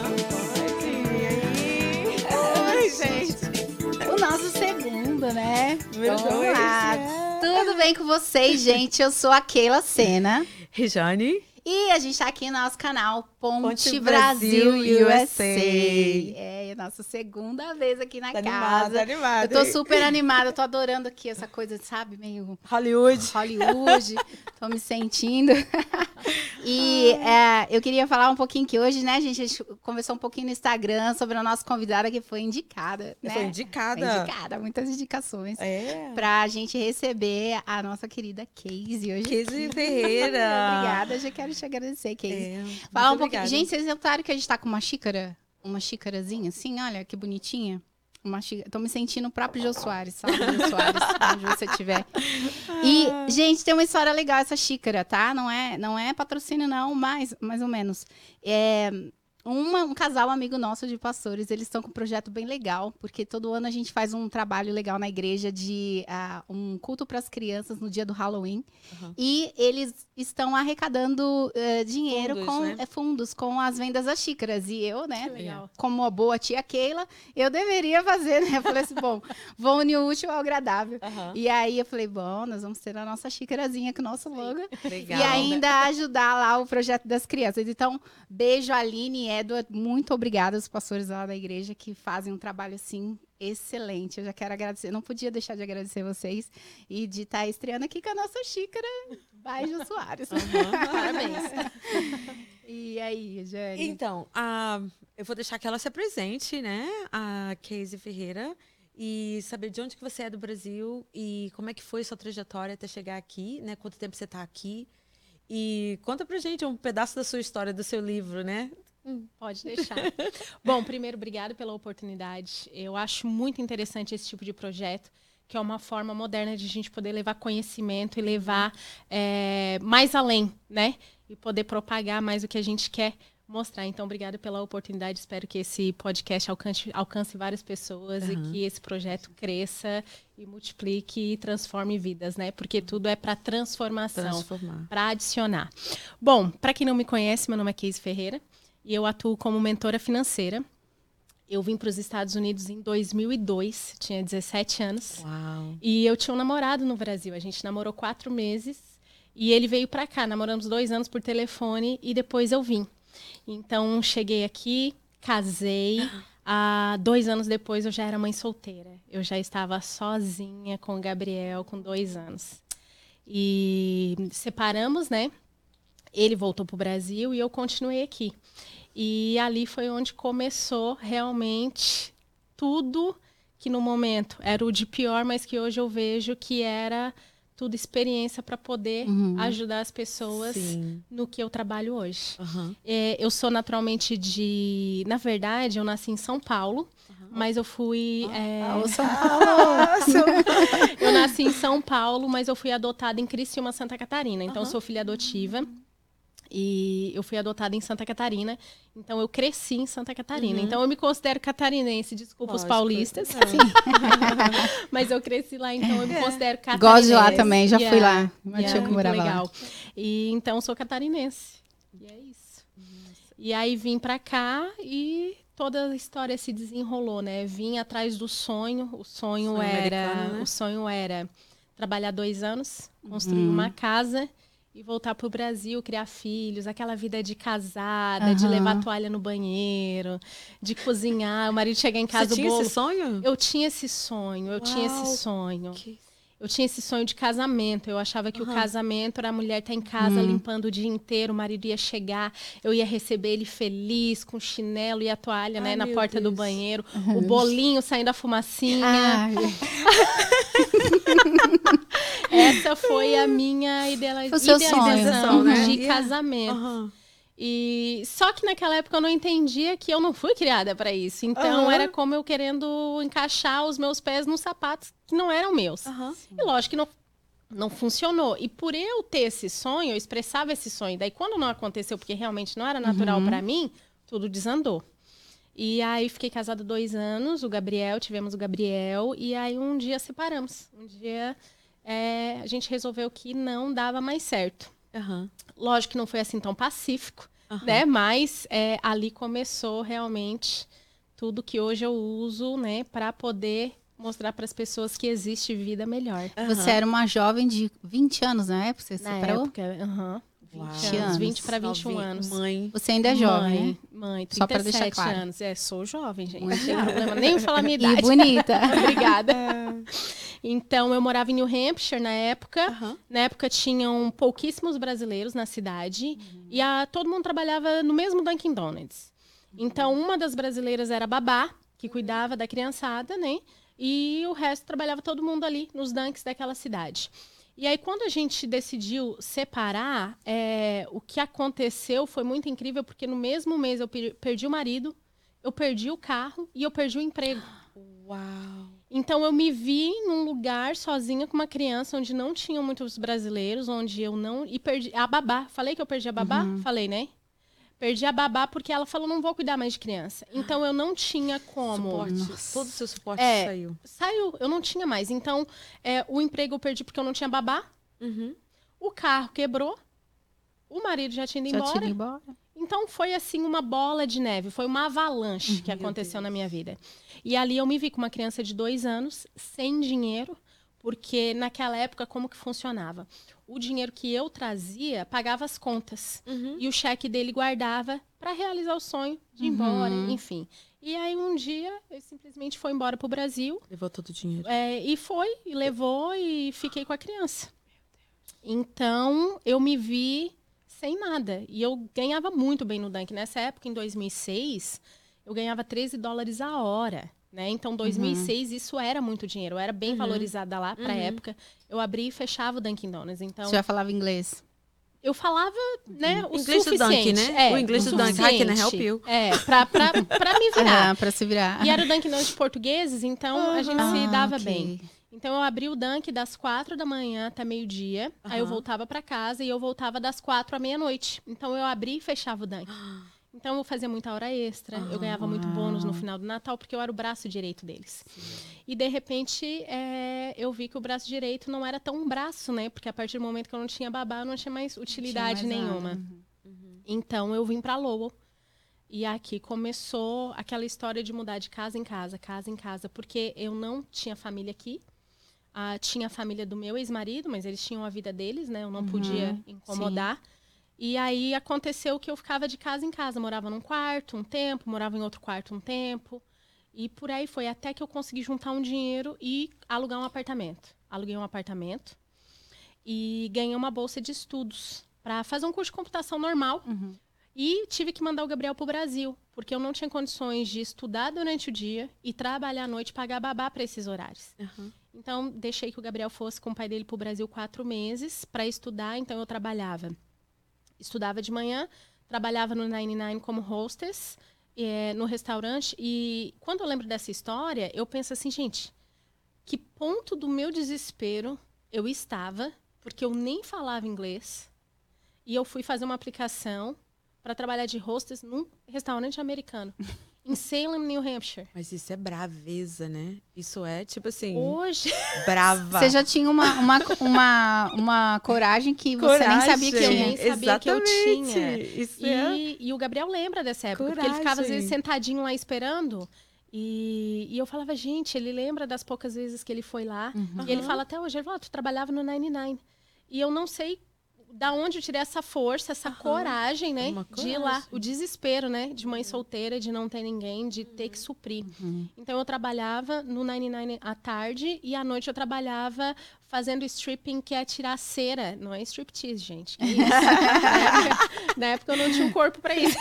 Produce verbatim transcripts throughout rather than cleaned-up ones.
pode. E aí? Oi, gente. O nosso segundo, né? Meu Vamos Deus. lá. Tudo bem com vocês, gente? Eu sou a Keila Sena. Rejane. E a gente tá aqui no nosso canal Ponte, Ponte Brasil, Brasil U S U S A. É a nossa segunda vez aqui na Tá casa. animada, animada. Eu tô super animada, eu tô adorando aqui essa coisa, sabe, meio Hollywood. Hollywood. Tô me sentindo. E é, eu queria falar um pouquinho que hoje, né, gente, a gente conversou um pouquinho no Instagram sobre a nossa convidada que foi indicada, né? Foi indicada. Foi indicada, muitas indicações. É. Pra gente receber a nossa querida Casey hoje. Casey aqui. Ferreira. Obrigada, já quero te agradecer, Casey. É, Falar um muito pouquinho. obrigada. Gente, vocês notaram que a gente tá com uma xícara? Uma xícarazinha assim, olha que bonitinha. Uma xícara. Tô me sentindo o próprio Jô Soares, sabe, Jô Soares, onde você estiver. E, gente, tem uma história legal essa xícara, tá? Não é, não é patrocínio, não, mas mais ou menos. É. Uma, um casal amigo nosso de pastores, eles estão com um projeto bem legal, porque todo ano a gente faz um trabalho legal na igreja de uh, um culto para as crianças no dia do Halloween. Uhum. E eles estão arrecadando uh, dinheiro Fundos, com né? é, fundos com as vendas das xícaras. E eu, né, legal. como a boa tia Keila, eu deveria fazer, né? Eu falei assim, bom, vou unir o útil ao agradável. Uhum. E aí eu falei, bom, nós vamos ter a nossa xícarazinha com o nosso logo. Legal. E ainda ajudar lá o projeto das crianças. Então, beijo, Aline e Edward. Muito obrigada aos pastores lá da igreja que fazem um trabalho, assim, excelente. Eu já quero agradecer. Não podia deixar de agradecer vocês e de estar estreando aqui com a nossa xícara. Vai, Jô Soares. Uhum. Parabéns. E aí, Jane? Então, a, eu vou deixar que ela se apresente, né? A Casey Ferreira. E saber de onde que você é do Brasil e como é que foi sua trajetória até chegar aqui, né? Quanto tempo você está aqui. E conta pra gente um pedaço da sua história, do seu livro, né? Hum, pode deixar. Bom, primeiro, obrigado pela oportunidade. Eu acho muito interessante esse tipo de projeto, que é uma forma moderna de a gente poder levar conhecimento e levar é, mais além, né? E poder propagar mais o que a gente quer mostrar. Então, obrigada pela oportunidade. Espero que esse podcast alcance, alcance várias pessoas uhum. e que esse projeto cresça e multiplique e transforme vidas, né? Porque tudo é para transformação, para adicionar. Bom, para quem não me conhece, meu nome é Casey Ferreira. E eu atuo como mentora financeira. Eu vim para os Estados Unidos em dois mil e dois, tinha dezessete anos. Uau. E eu tinha um namorado no Brasil. A gente namorou quatro meses e ele veio para cá. Namoramos dois anos por telefone e depois eu vim. Então, cheguei aqui, casei. Há dois anos depois, eu já era mãe solteira. Eu já estava sozinha com o Gabriel, com dois anos. E separamos, né? Ele voltou para o Brasil e eu continuei aqui. E ali foi onde começou realmente tudo que no momento era o de pior, mas que hoje eu vejo que era tudo experiência para poder uhum. ajudar as pessoas Sim. no que eu trabalho hoje. Uhum. É, eu sou naturalmente de... Na verdade, eu nasci em São Paulo, uhum. mas eu fui... Ah, é... ah, São Paulo! Eu nasci em São Paulo, mas eu fui adotada em Criciúma, Santa Catarina. Então, uhum. eu sou filha adotiva. E eu fui adotada em Santa Catarina, então eu cresci em Santa Catarina. Uhum. Então eu me considero catarinense, desculpa Lógico. Os paulistas. É. Mas eu cresci lá, então eu me considero catarinense. Gosto de lá também, já yeah, fui lá. Uma yeah, tia que morava legal. lá. E então sou catarinense. E é isso. Nossa. E aí vim pra cá e toda a história se desenrolou, né? Vim atrás do sonho. O sonho, sonho era, né? O sonho era trabalhar dois anos, construir uhum. uma casa. E voltar para o Brasil, criar filhos, aquela vida de casada, uhum. de levar toalha no banheiro, de cozinhar, o marido chegar em casa, Você o tinha bolo. esse sonho? Eu tinha esse sonho, eu Uau. tinha esse sonho. Que... Eu tinha esse sonho de casamento. Eu achava que uhum. o casamento era a mulher estar em casa uhum. limpando o dia inteiro, o marido ia chegar, eu ia receber ele feliz, com chinelo e a toalha, Ai, né, na porta Deus. do banheiro, uhum. o bolinho saindo a fumacinha. Ai. Essa foi a minha idealiza- idealização né? de yeah. casamento. Uhum. E só que naquela época eu não entendia que eu não fui criada para isso. Então uhum. era como eu querendo encaixar os meus pés nos sapatos que não eram meus. Uhum. E lógico que não, não funcionou. E por eu ter esse sonho, eu expressava esse sonho. Daí quando não aconteceu, porque realmente não era natural uhum. para mim, tudo desandou. E aí fiquei casada dois anos, o Gabriel, tivemos o Gabriel, e aí um dia separamos. Um dia é, a gente resolveu que não dava mais certo. Uhum. Lógico que não foi assim tão pacífico, Aham. né? Mas é, ali começou realmente tudo que hoje eu uso, né? Para poder mostrar para as pessoas que existe vida melhor. Você era uma jovem de vinte anos na época? Você se Na separou? época, aham. Uau. vinte anos, vinte para vinte e um Novinha, anos. Mãe. Você ainda é jovem, mãe, né? Mãe, Só pra deixar trinta e sete claro. anos. É, sou jovem, gente. Muito Não tem problema nem falar a minha idade. E bonita. Obrigada. Então, eu morava em New Hampshire na época. Aham. Na época, tinham pouquíssimos brasileiros na cidade. E a, todo mundo trabalhava no mesmo Dunkin' Donuts. Então, uma das brasileiras era a babá, que cuidava da criançada, né? E o resto trabalhava todo mundo ali nos Dunks daquela cidade. E aí, quando a gente decidiu separar, é, o que aconteceu foi muito incrível, porque no mesmo mês eu per- perdi o marido, eu perdi o carro e eu perdi o emprego. Uau. Então, eu me vi num lugar sozinha com uma criança onde não tinham muitos brasileiros, onde eu não... E perdi a babá. Falei que eu perdi a babá? Falei, né? Perdi a babá porque ela falou, não vou cuidar mais de criança. Então, eu não tinha como... Suporte. Todo o seu suporte É. saiu. Saiu, eu não tinha mais. Então, é, o emprego eu perdi porque eu não tinha babá. Uhum. O carro quebrou. O marido já tinha ido Já embora. tinha ido embora. Então, foi assim uma bola de neve. Foi uma avalanche que aconteceu na minha vida. E ali eu me vi com uma criança de dois anos, sem dinheiro. Porque naquela época, como que funcionava? O dinheiro que eu trazia pagava as contas. Uhum. E o cheque dele guardava para realizar o sonho de ir embora, enfim. E aí um dia ele simplesmente foi embora pro Brasil. Levou todo o dinheiro. É, e foi, e levou e fiquei com a criança. Então eu me vi sem nada. E eu ganhava muito bem no Dunk. Nessa época, em dois mil e seis, eu ganhava treze dólares a hora. Né? Então, dois mil e seis, isso era muito dinheiro. Eu era bem valorizada lá para a época. Eu abria e fechava o Dunkin' Donuts. Então, Você já falava inglês? eu falava, né, o Inglês do suficiente. Dunk, né? É, O inglês o do Dunk. How can I help suficiente. you? É, pra, pra, pra me virar. Ah, pra se virar. E era o Dunkin' Donuts de portugueses, então a gente se Ah, dava ok. bem. Então eu abri o Dunk das quatro da manhã até meio-dia. Aí eu Aham. voltava pra casa e eu voltava das quatro à meia-noite. Então eu abri e fechava o Dunk. Então eu fazia muita hora extra, eu ganhava muito bônus no final do Natal, porque eu era o braço direito deles. E de repente é, eu vi que o braço direito não era tão um braço, né? Porque a partir do momento que eu não tinha babá, eu não tinha mais utilidade Tinha mais nenhuma. nada. Então eu vim pra Lowell. E aqui começou aquela história de mudar de casa em casa, casa em casa, porque eu não tinha família aqui. Ah, tinha a família do meu ex-marido, mas eles tinham a vida deles, né? Eu não podia incomodar. E aí aconteceu que eu ficava de casa em casa, morava num quarto um tempo, morava em outro quarto um tempo. E por aí foi, até que eu consegui juntar um dinheiro e alugar um apartamento. Aluguei um apartamento e ganhei uma bolsa de estudos para fazer um curso de computação normal. E tive que mandar o Gabriel para o Brasil, porque eu não tinha condições de estudar durante o dia e trabalhar à noite e pagar babá para esses horários. Uhum. Então, deixei que o Gabriel fosse com o pai dele para o Brasil quatro meses para estudar. Então, eu trabalhava. Estudava de manhã, trabalhava no noventa e nove como hostess, é, no restaurante. E quando eu lembro dessa história, eu penso assim, gente, que ponto do meu desespero eu estava, porque eu nem falava inglês, e eu fui fazer uma aplicação para trabalhar de hostess num restaurante americano, em Salem, New Hampshire. Mas isso é braveza, né? Isso é, tipo assim, Hoje, brava. Você já tinha uma, uma, uma, uma coragem que você nem sabia que eu tinha. nem sabia que eu Exatamente. tinha. Isso é... E, e o Gabriel lembra dessa época, porque ele ficava às vezes Coragem. sentadinho lá esperando. E, e eu falava, gente, ele lembra das poucas vezes que ele foi lá. E ele Aham. fala até hoje, ele fala, ah, tu trabalhava no noventa e nove. E eu não sei da onde eu tirei essa força, essa coragem, né? Uma De ir lá. coragem. O desespero, né? De mãe solteira, de não ter ninguém, de ter que suprir. Então eu trabalhava no noventa e nove à tarde e à noite eu trabalhava fazendo stripping, que é tirar cera. Não é striptease, gente. Que isso? na, época, na época eu não tinha um corpo pra isso.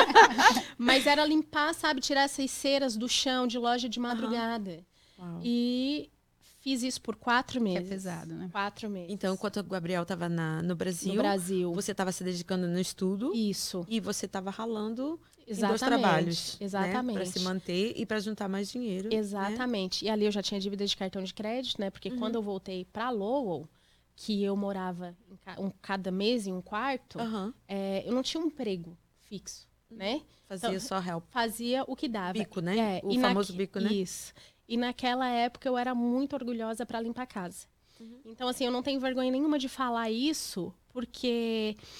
Mas era limpar, sabe? Tirar essas ceras do chão de loja de madrugada. Uau. E fiz isso por quatro Que é meses. pesado, né? Quatro meses. Então, enquanto o Gabriel estava no Brasil, no Brasil. você estava se dedicando no estudo Isso. e você estava ralando em dois Exatamente. trabalhos. Exatamente. Para se manter e para juntar mais dinheiro. né? Exatamente. E ali eu já tinha dívida de cartão de crédito, né? Porque quando eu voltei para Lowell, que eu morava em ca- um, cada mês em um quarto, Aham. é, eu não tinha um emprego fixo, né? Fazia Então, só help. Fazia o que dava. Bico, né? É, O e famoso naque- bico, né? Isso. E naquela época eu era muito orgulhosa para limpar a casa. Então, assim, eu não tenho vergonha nenhuma de falar isso, porque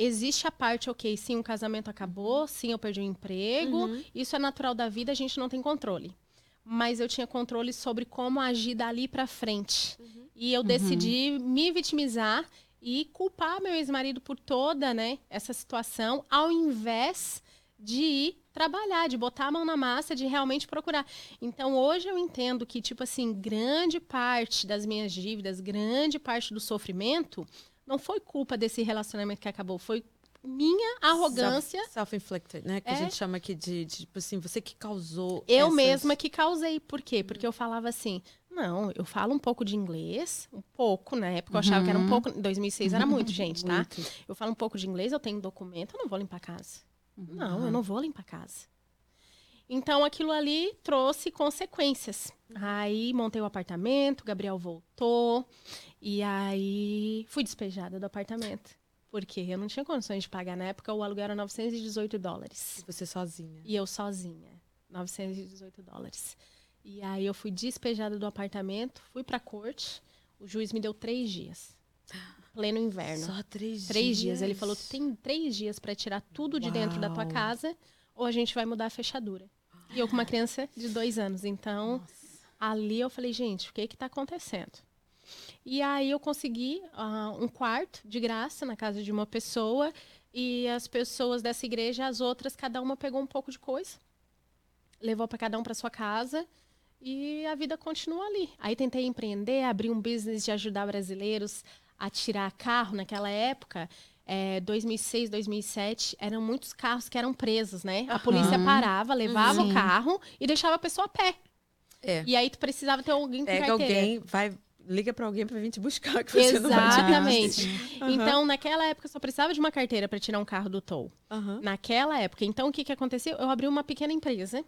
existe a parte, ok, sim, o casamento acabou, sim, eu perdi o emprego, Uhum. isso é natural da vida, a gente não tem controle. Mas eu tinha controle sobre como agir dali pra frente. Uhum. E eu decidi me vitimizar e culpar meu ex-marido por toda, né, essa situação, ao invés de ir trabalhar, de botar a mão na massa, de realmente procurar. Então, hoje eu entendo que, tipo assim, grande parte das minhas dívidas, grande parte do sofrimento, não foi culpa desse relacionamento que acabou, foi minha arrogância. Self- Self-inflicted, né? Que É. a gente chama aqui de, de, tipo assim, você que causou Eu essas... mesma que causei. Por quê? Porque eu falava assim, não, eu falo um pouco de inglês, um pouco, na época eu achava que era um pouco, em dois mil e seis era muito, gente, tá? Muito. Eu falo um pouco de inglês, eu tenho documento, eu não vou limpar a casa. Não, eu não vou limpar a casa. Então, aquilo ali trouxe consequências. Aí, montei o apartamento, o Gabriel voltou, e aí fui despejada do apartamento. Porque eu não tinha condições de pagar. Na época, o aluguel era novecentos e dezoito dólares. Você sozinha. E eu sozinha. novecentos e dezoito dólares. E aí, eu fui despejada do apartamento, fui pra corte. O juiz me deu três dias. Pleno inverno. Só três, Três dias. dias. Ele falou, tu tem três dias para tirar tudo de dentro da tua Uau. casa ou a gente vai mudar a fechadura. E eu com uma criança de dois anos. Então, Nossa. ali eu falei, gente, o que que tá acontecendo? E aí eu consegui uh, um quarto de graça na casa de uma pessoa e as pessoas dessa igreja, as outras, cada uma pegou um pouco de coisa, levou para cada um para sua casa e a vida continua ali. Aí tentei empreender, abrir um business de ajudar brasileiros a tirar carro naquela época. É, dois mil e seis, dois mil e sete, eram muitos carros que eram presos, né? A polícia parava, levava Uhum. o carro e deixava a pessoa a pé. É. E aí tu precisava ter alguém com Pega carteira. alguém, vai, liga pra alguém pra vir te buscar. Que você Exatamente. Não vai te... Uhum. Então, naquela época, eu só precisava de uma carteira para tirar um carro do toll. Uhum. Naquela época. Então, o que, que aconteceu? Eu abri uma pequena empresa.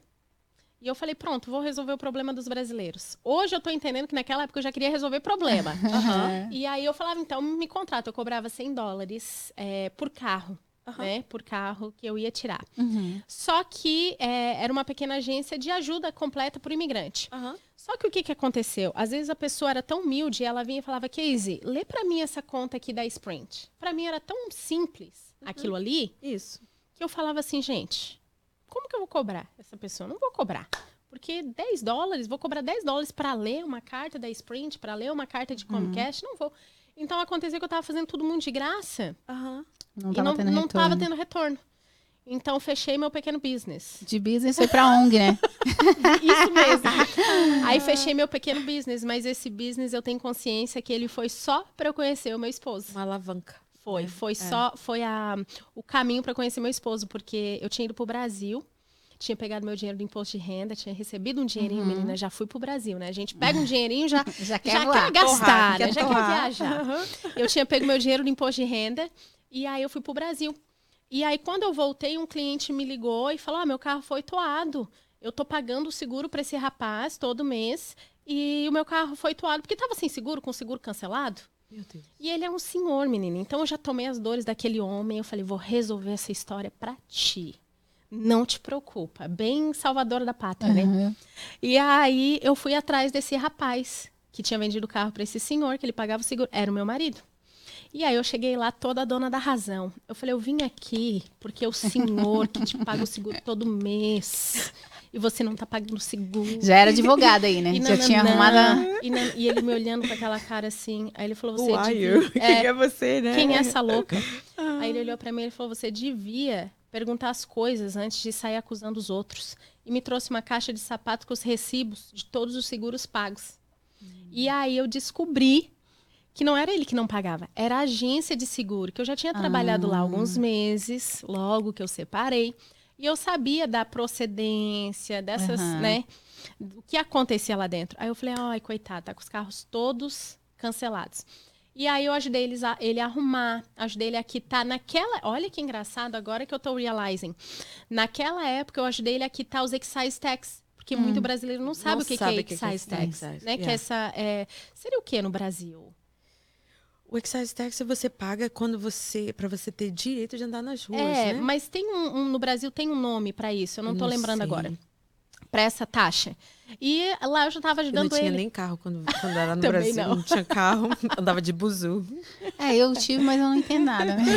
E eu falei, pronto, vou resolver o problema dos brasileiros. Hoje eu tô entendendo que naquela época eu já queria resolver problema. Uhum. E aí eu falava, então, me contrata. Eu cobrava cem dólares é, por carro. Uhum. Né, por carro que eu ia tirar. Uhum. Só que é, era uma pequena agência de ajuda completa por imigrante. Uhum. Só que o que, que aconteceu? Às vezes a pessoa era tão humilde, ela vinha e falava, Casey, lê pra mim essa conta aqui da Sprint. Pra mim era tão simples Uhum. aquilo ali, Isso. que eu falava assim, gente, como que eu vou cobrar essa pessoa? Não vou cobrar. Porque dez dólares, vou cobrar dez dólares para ler uma carta da Sprint, para ler uma carta de Comcast, não vou. Então aconteceu que eu tava fazendo tudo muito de graça Uhum. Não e tava não, tendo não retorno. tava tendo retorno. Então fechei meu pequeno business. De business foi pra O N G, né? Isso mesmo. Aí fechei meu pequeno business, mas esse business eu tenho consciência que ele foi só para eu conhecer o meu esposo. Uma alavanca. Foi, foi só, foi a, o caminho para conhecer meu esposo, porque eu tinha ido pro Brasil, tinha pegado meu dinheiro do imposto de renda, tinha recebido um dinheirinho, menina, já fui pro Brasil, né? A gente pega um dinheirinho, já, Já quer já voar, quer gastar, torrar, né? quer Já quer torrar. viajar. Eu tinha pego meu dinheiro do imposto de renda e aí eu fui pro Brasil. E aí, quando eu voltei, um cliente me ligou e falou, ah, meu carro foi toado. Eu tô pagando o seguro para esse rapaz todo mês e o meu carro foi toado porque tava sem seguro, com o seguro cancelado. Meu Deus. E ele é um senhor, menina. Então, eu já tomei as dores daquele homem. Eu falei, vou resolver essa história pra ti. Não te preocupa. Bem salvadora da pátria, né? Uhum. E aí, eu fui atrás desse rapaz que tinha vendido o carro para esse senhor, que ele pagava o seguro. Era o meu marido. E aí, eu cheguei lá toda dona da razão. Eu falei, eu vim aqui porque é o senhor que te paga o seguro todo mês. E você não tá pagando o seguro. Já era advogada aí, né? E Já nananã, tinha arrumado a... E, nan- e ele me olhando com aquela cara assim. Aí ele falou, você Who are devia... you? Quem É, é você, né? quem é essa louca? Aí ele olhou pra mim e ele falou, você devia perguntar as coisas antes de sair acusando os outros. E me trouxe uma caixa de sapato com os recibos de todos os seguros pagos. Hum. E aí eu descobri que não era ele que não pagava, era a agência de seguro, que eu já tinha trabalhado Ah. lá alguns meses, logo que eu separei. E eu sabia da procedência, dessas, Uhum. né? O que acontecia lá dentro. Aí eu falei, ai, coitado, tá com os carros todos cancelados. E aí eu ajudei eles a, ele a arrumar, ajudei ele a quitar naquela... Olha que engraçado, agora que eu tô realizing. Naquela época eu ajudei ele a quitar os excise tax. Porque muito brasileiro não sabe Não o que, sabe que é o que que é excise tax. excise, Né? Que yeah. essa, é, seria o que no Brasil? O excise tax você paga quando você, para você ter direito de andar nas ruas, É, né? mas tem um, um- no Brasil tem um nome para isso, eu não tô Não lembrando sei. agora. para essa taxa. E lá eu já estava ajudando ele. Eu não tinha ele. nem carro quando, quando era no Também Brasil. não. Não tinha carro, andava de buzu. É, eu tive, mas eu não entendo nada. Né?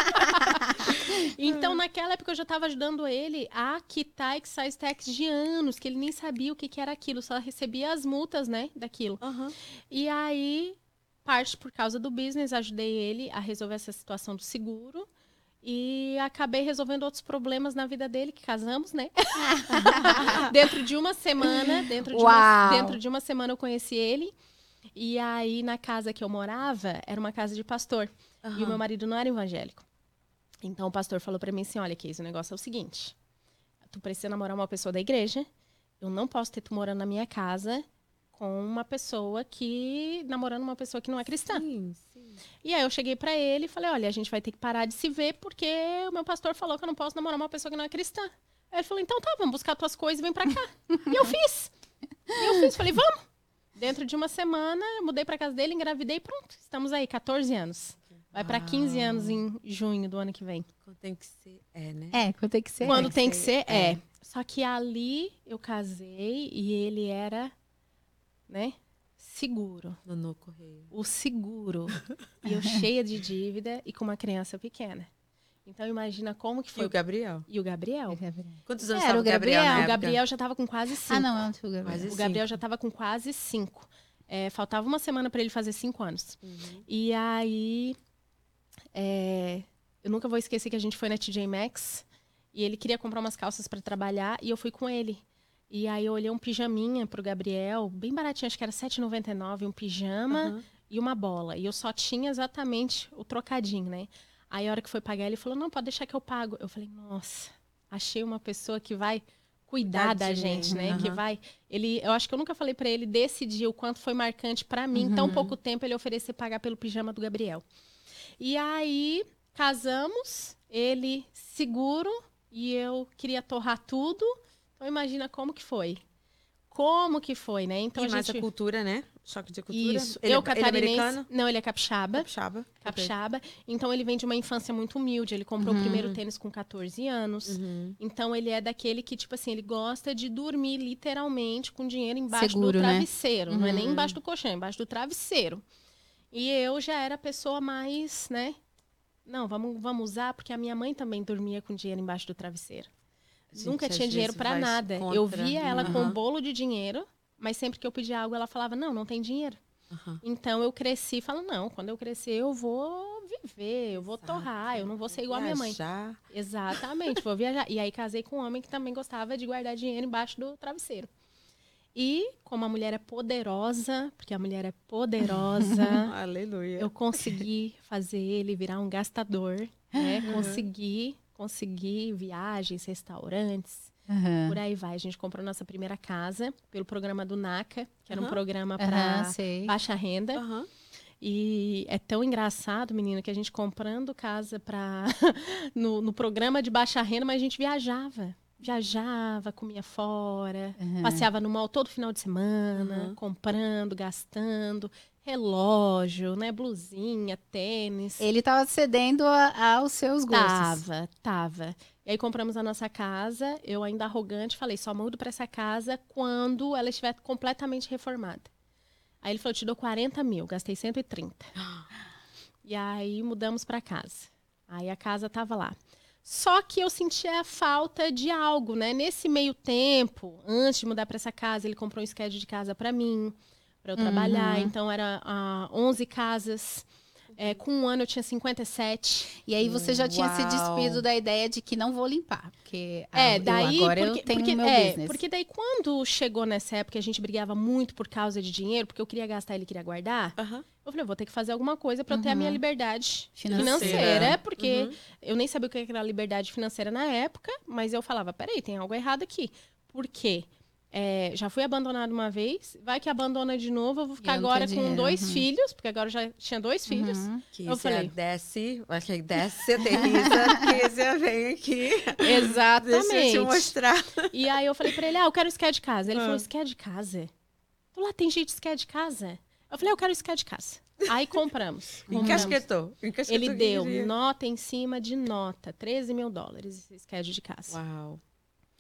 Então, naquela época, eu já estava ajudando ele a quitar excise tax de anos, que ele nem sabia o que, que era aquilo, só recebia as multas, né, daquilo. Uhum. E aí, parte por causa do business, ajudei ele a resolver essa situação do seguro. E acabei resolvendo outros problemas na vida dele, que casamos, né? dentro de uma semana, dentro de uma, dentro de uma semana eu conheci ele. E aí, na casa que eu morava, era uma casa de pastor. Uhum. E o meu marido não era evangélico. Então, o pastor falou pra mim assim, olha, Keise, o negócio é o seguinte. Tu precisa namorar uma pessoa da igreja. Eu não posso ter tu morando na minha casa com uma pessoa que... namorando uma pessoa que não é cristã. Sim, sim. E aí, eu cheguei pra ele e falei, olha, a gente vai ter que parar de se ver porque o meu pastor falou que eu não posso namorar uma pessoa que não é cristã. Aí ele falou, então tá, vamos buscar tuas coisas e vem pra cá. E eu fiz. E eu fiz, falei, vamos. Dentro de uma semana, eu mudei pra casa dele, engravidei, pronto. Estamos aí, quatorze anos. Vai pra quinze anos em junho do ano que vem. Quando tem que ser, é, né? É, quando tem que ser. Quando é. tem que ser, é. é. Só que ali eu casei e ele era, né, seguro. No correio. O seguro. E eu cheia de dívida e com uma criança pequena. Então imagina como que foi. E o Gabriel? E o Gabriel. Quantos anos Era estava o o Gabriel, Gabriel. na O Gabriel já estava com quase cinco. Ah, não, é o Gabriel. Quase O Gabriel cinco. já estava com quase cinco. É, faltava uma semana para ele fazer cinco anos. Uhum. E aí, é, eu nunca vou esquecer que a gente foi na T J Maxx e ele queria comprar umas calças para trabalhar e eu fui com ele. E aí eu olhei um pijaminha pro Gabriel, bem baratinho, acho que era sete reais e noventa e nove centavos, um pijama Uhum. e uma bola. E eu só tinha exatamente o trocadinho, né? Aí a hora que foi pagar, ele falou, não, pode deixar que eu pago. Eu falei, nossa, achei uma pessoa que vai cuidar da gente, né? Uhum. Que vai... Ele, eu acho que eu nunca falei pra ele decidir o quanto foi marcante pra mim. Em tão pouco tempo ele oferecer pagar pelo pijama do Gabriel. E aí, casamos, ele seguro e eu queria torrar tudo. Então imagina como que foi. Como que foi, né? Então E a mais gente... a cultura, né? Choque de cultura. Isso. Ele, eu ele é catarinense. americano? Não, ele é capixaba. Capixaba. Capixaba. Então, ele vem de uma infância muito humilde. Ele comprou Uhum. o primeiro tênis com quatorze anos. Uhum. Então, ele é daquele que, tipo assim, ele gosta de dormir literalmente com dinheiro embaixo Seguro, do né? travesseiro. Não é nem Uhum. embaixo do colchão, é embaixo do travesseiro. E eu já era a pessoa mais, né? Não, vamos, vamos usar, porque a minha mãe também dormia com dinheiro embaixo do travesseiro. Gente, Nunca às tinha dinheiro vezes pra vai nada. contra. Eu via ela com um Uhum. bolo de dinheiro, mas sempre que eu pedia algo, ela falava, não, não tem dinheiro. Uhum. Então eu cresci falando, não, quando eu crescer eu vou viver, eu vou Exato. torrar, eu não vou ser igual a minha mãe. Viajar. Exatamente, vou viajar. E aí casei com um homem que também gostava de guardar dinheiro embaixo do travesseiro. E como a mulher é poderosa, porque a mulher é poderosa, Aleluia. eu consegui fazer ele virar um gastador, né? Uhum. Consegui, consegui viagens, restaurantes. Uhum. Por aí vai. A gente comprou nossa primeira casa pelo programa do NACA, que era um Aham. programa Aham, para sei. baixa renda. Aham. E é tão engraçado, menina, que a gente comprando casa pra... no, no programa de baixa renda, mas a gente viajava. Viajava, comia fora, Uhum. passeava no mall todo final de semana, Uhum. comprando, gastando, relógio, né, blusinha, tênis. Ele tava cedendo a- aos seus gostos. Tava, tava. E aí compramos a nossa casa, eu ainda arrogante falei, só mudo pra essa casa quando ela estiver completamente reformada. Aí ele falou, te dou quarenta mil, gastei cento e trinta. E aí mudamos pra casa. Aí a casa tava lá. Só que eu sentia a falta de algo, né? Nesse meio tempo, antes de mudar pra essa casa, ele comprou um schedule de casa pra mim, pra eu trabalhar. Uhum. Então era ah, onze casas. É, com um ano eu tinha cinquenta e sete. E aí você já tinha se Uau. despido da ideia de que não vou limpar. Porque ah, É, eu- daí. agora porque, eu tenho porque, o meu é, business. porque daí quando chegou nessa época, a gente brigava muito por causa de dinheiro, porque eu queria gastar e ele queria guardar. Aham. Eu falei, eu vou ter que fazer alguma coisa pra eu ter a minha Uhum. liberdade Financeira. financeira. Porque Uhum. eu nem sabia o que era liberdade financeira na época, mas eu falava, peraí, tem algo errado aqui. Por quê? É, já fui abandonada uma vez, vai que abandona de novo, eu vou ficar eu não agora tenho com dinheiro, dois uhum. filhos, porque agora eu já tinha dois filhos. Uhum. Que Eu você falei- desce, vai que desce, aterriza, que você vem aqui. Exatamente. Deixa eu te mostrar. E aí eu falei pra ele, ah, eu quero esquer de casa. Ele Ah. falou, esquer de casa? Tu lá tem gente de esquer de casa? Eu falei, eu quero esquer de casa. Aí compramos. compramos. Encasquetou. Encasquetou Ele que deu queria. nota em cima de nota, treze mil dólares esse schedule de casa. Uau.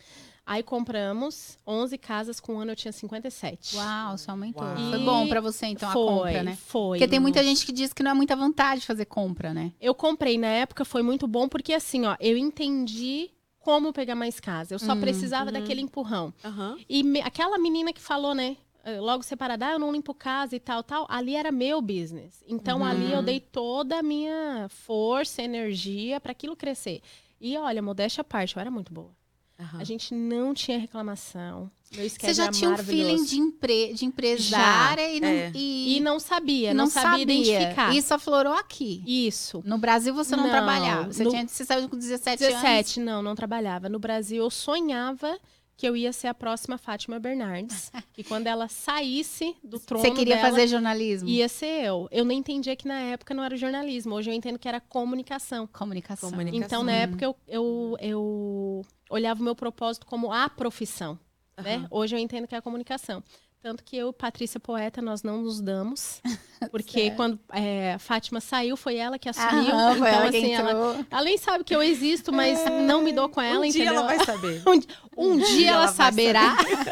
Aí compramos onze casas, com um ano eu tinha cinquenta e sete. Uau, só aumentou. Uau. Foi bom pra você, então, foi, a compra, né? Foi, Porque tem muita nossa. gente que diz que não é muita vantagem fazer compra, né? Eu comprei na época, foi muito bom, porque assim, ó, eu entendi como pegar mais casa. Eu só Uhum, precisava uhum. daquele empurrão. Aham. E me- aquela menina que falou, né? Logo separada, ah, eu não limpo casa e tal, tal. Ali era meu business. Então, Uhum. ali eu dei toda a minha força, energia para aquilo crescer. E olha, modéstia à parte, eu era muito boa. Aham. A gente não tinha reclamação. Meu Você schedule já era tinha um maravilhoso. feeling de, empre... de empresária Já, e, não, é. e... E não sabia, e não, sabia, identificar. Isso aflorou aqui. Isso. No Brasil você não, Não, trabalhava. Você, no- tinha, você saiu com dezessete, anos. dezessete, não, não trabalhava. No Brasil, eu sonhava que eu ia ser a próxima Fátima Bernardes. Que quando ela saísse do trono Você queria dela, fazer jornalismo? ia ser eu. Eu nem entendia que na época não era jornalismo. Hoje eu entendo que era comunicação. Comunicação. Comunicação. Então, na época, eu, eu, eu olhava o meu propósito como a profissão. Né? Aham. Hoje eu entendo que é a comunicação. Tanto que eu, Patrícia Poeta, nós não nos damos. Porque Certo. quando é, a Fátima saiu, foi ela que assumiu. Aham, foi então, ela que assim, ela, entrou. ela nem sabe que eu existo, mas não me dou com ela, um entendeu? dia ela vai saber. Um, um dia ela, ela vai saberá.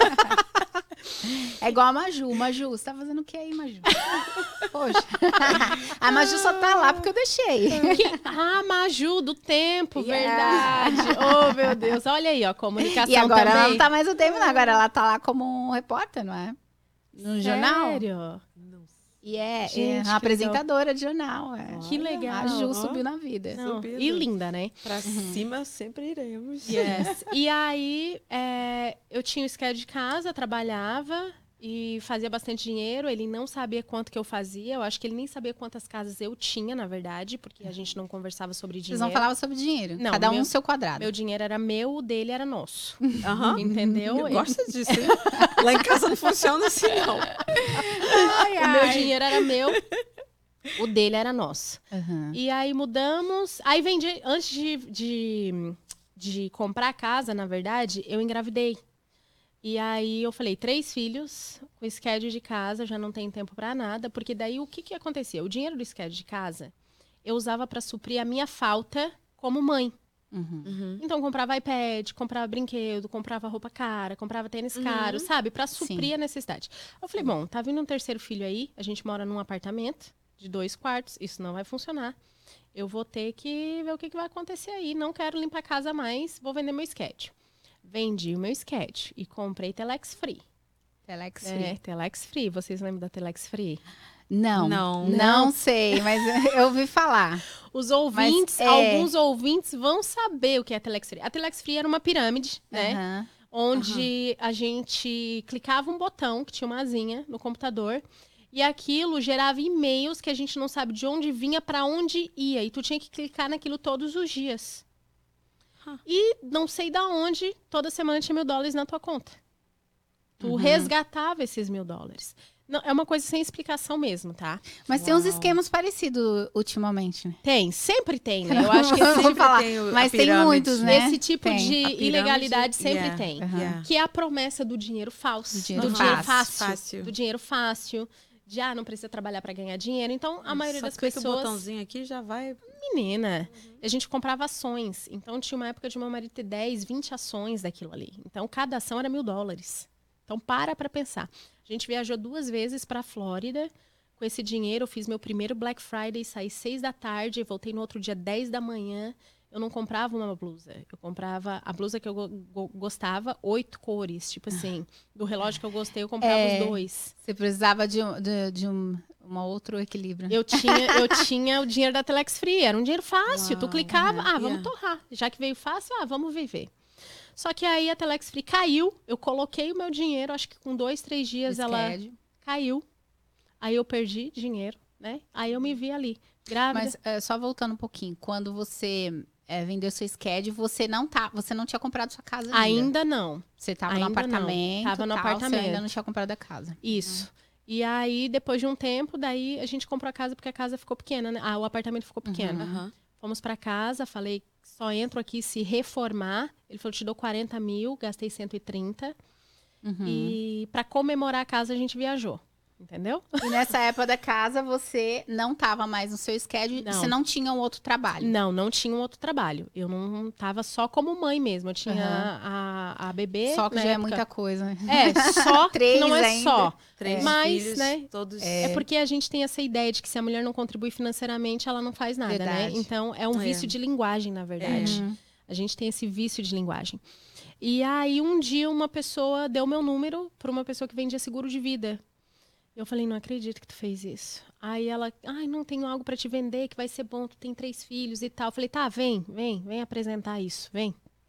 É igual a Maju. Maju, você tá fazendo o que aí, Maju? Poxa. A Maju só tá lá porque eu deixei. Que- ah, Maju, do tempo, Yeah. verdade. Oh, meu Deus. Olha aí, ó, comunicação E agora também. ela não tá mais o tempo, não. Agora ela tá lá como repórter, não é? No jornal. Sério? E é, Gente, é que uma apresentadora de jornal. É. Que legal. A Ju Ó. subiu na vida. Não, Subindo. e linda, né? Pra cima sempre iremos. Yes. E aí, é, eu tinha o schedule de casa, trabalhava e fazia bastante dinheiro. Ele não sabia quanto que eu fazia. Eu acho que ele nem sabia quantas casas eu tinha, na verdade, porque a gente não conversava sobre Vocês dinheiro. não falavam sobre dinheiro. Não, Cada um meu- no seu quadrado. Meu dinheiro era meu, o dele era nosso. Aham. Entendeu? Eu gosto disso, hein? Lá em casa não funciona assim, não. O meu dinheiro era meu, o dele era nosso. Aham. E aí mudamos. Aí vendi. Antes de, de, de comprar a casa, na verdade, eu engravidei. E aí eu falei, três filhos, com schedule de casa, já não tem tempo pra nada. Porque daí o que, que acontecia? O dinheiro do schedule de casa eu usava pra suprir a minha falta como mãe. Uhum. Uhum. Então, comprava iPad, comprava brinquedo, comprava roupa cara, comprava tênis caro, sabe? Pra suprir Sim. a necessidade. Eu falei, bom, tá vindo um terceiro filho aí, a gente mora num apartamento de dois quartos, isso não vai funcionar. Eu vou ter que ver o que, que vai acontecer aí. Não quero limpar a casa mais, vou vender meu sketch. Vendi o meu sketch e comprei Telex Free. Telex É, Free. Telex Free. Vocês lembram da Telex Free? Não, Não. não. sei, mas eu ouvi falar. Os ouvintes, é- alguns ouvintes vão saber o que é Telex Free. A Telex Free era uma pirâmide, né? Aham. Onde a gente clicava um botão, que tinha uma asinha no computador, e aquilo gerava e-mails que a gente não sabe de onde vinha, para onde ia. E tu tinha que clicar naquilo todos os dias. Huh. E não sei da onde, toda semana tinha mil dólares na tua conta. Tu Uhum. resgatava esses mil dólares. Não, é uma coisa sem explicação mesmo, tá? Mas tem uns Uau. esquemas parecidos ultimamente, né? Tem, sempre tem, né? Eu acho que Vou esse, sempre falar, tem o- a mas tem pirâmide. muitos, né? esse tipo Tem. de A pirâmide, ilegalidade sempre yeah, tem. Aham. yeah. Que é a promessa do dinheiro falso. Do dinheiro dinheiro fácil. fácil. Fácil. Do dinheiro fácil. De, ah, não precisa trabalhar para ganhar dinheiro. Então, a maioria Só das clica o pessoas... botãozinho aqui já vai. Menina, a gente comprava ações. Então, tinha uma época de meu marido ter dez, vinte ações daquilo ali. Então, cada ação era mil dólares. Então, para pra pensar. A gente viajou duas vezes pra Flórida. Com esse dinheiro, eu fiz meu primeiro Black Friday. Saí seis da tarde, voltei no outro dia dez da manhã. Eu não comprava uma blusa. Eu comprava a blusa que eu go- go- gostava, oito cores. Tipo assim, do relógio que eu gostei, eu comprava É. os dois. Você precisava de, um- de, de um uma outro equilíbrio. Eu tinha, eu tinha o dinheiro da Telex Free. Era um dinheiro fácil. tu Uau, clicava, aham, ah, vamos yeah. torrar. Já que veio fácil, ah, vamos viver. Só que aí a Telex Free caiu. Eu coloquei o meu dinheiro, acho que com dois, três dias ela Schedule. caiu. Aí eu perdi dinheiro, né? Aí eu me vi ali, grávida. Mas é, só voltando um pouquinho, quando você é, vendeu seu schedule, você não tá, você não tinha comprado sua casa ainda. Ainda não. Você tava ainda no não. apartamento, Tava no tal, apartamento. Você ainda não tinha comprado a casa. Isso. E aí, depois de um tempo, daí a gente comprou a casa porque a casa ficou pequena, né? Ah, o apartamento ficou pequeno. Aham. Fomos pra casa, falei, só entro aqui se reformar. Ele falou, te dou quarenta mil, gastei cento e trinta. Uhum. E pra comemorar a casa, a gente viajou. Entendeu? E nessa época da casa, você não estava mais no seu schedule, Não. você não tinha um outro trabalho. Não, não tinha um outro trabalho. Eu não tava só como mãe mesmo. Eu tinha Uhum. a, a bebê. Só que na já é época. muita coisa, né? É, só Três que não é ainda. só. Três Mas, filhos, né, todos... É porque a gente tem essa ideia de que se a mulher não contribui financeiramente, ela não faz nada, Verdade. né? Então, é um É. vício de linguagem, na verdade. Uhum. A gente tem esse vício de linguagem. E aí, um dia, uma pessoa deu meu número para uma pessoa que vendia seguro de vida. Eu falei, não acredito que tu fez isso. Aí ela, ai, não tenho algo para te vender que vai ser bom, tu tem três filhos e tal. Eu falei, tá, vem, vem, vem apresentar isso, vem.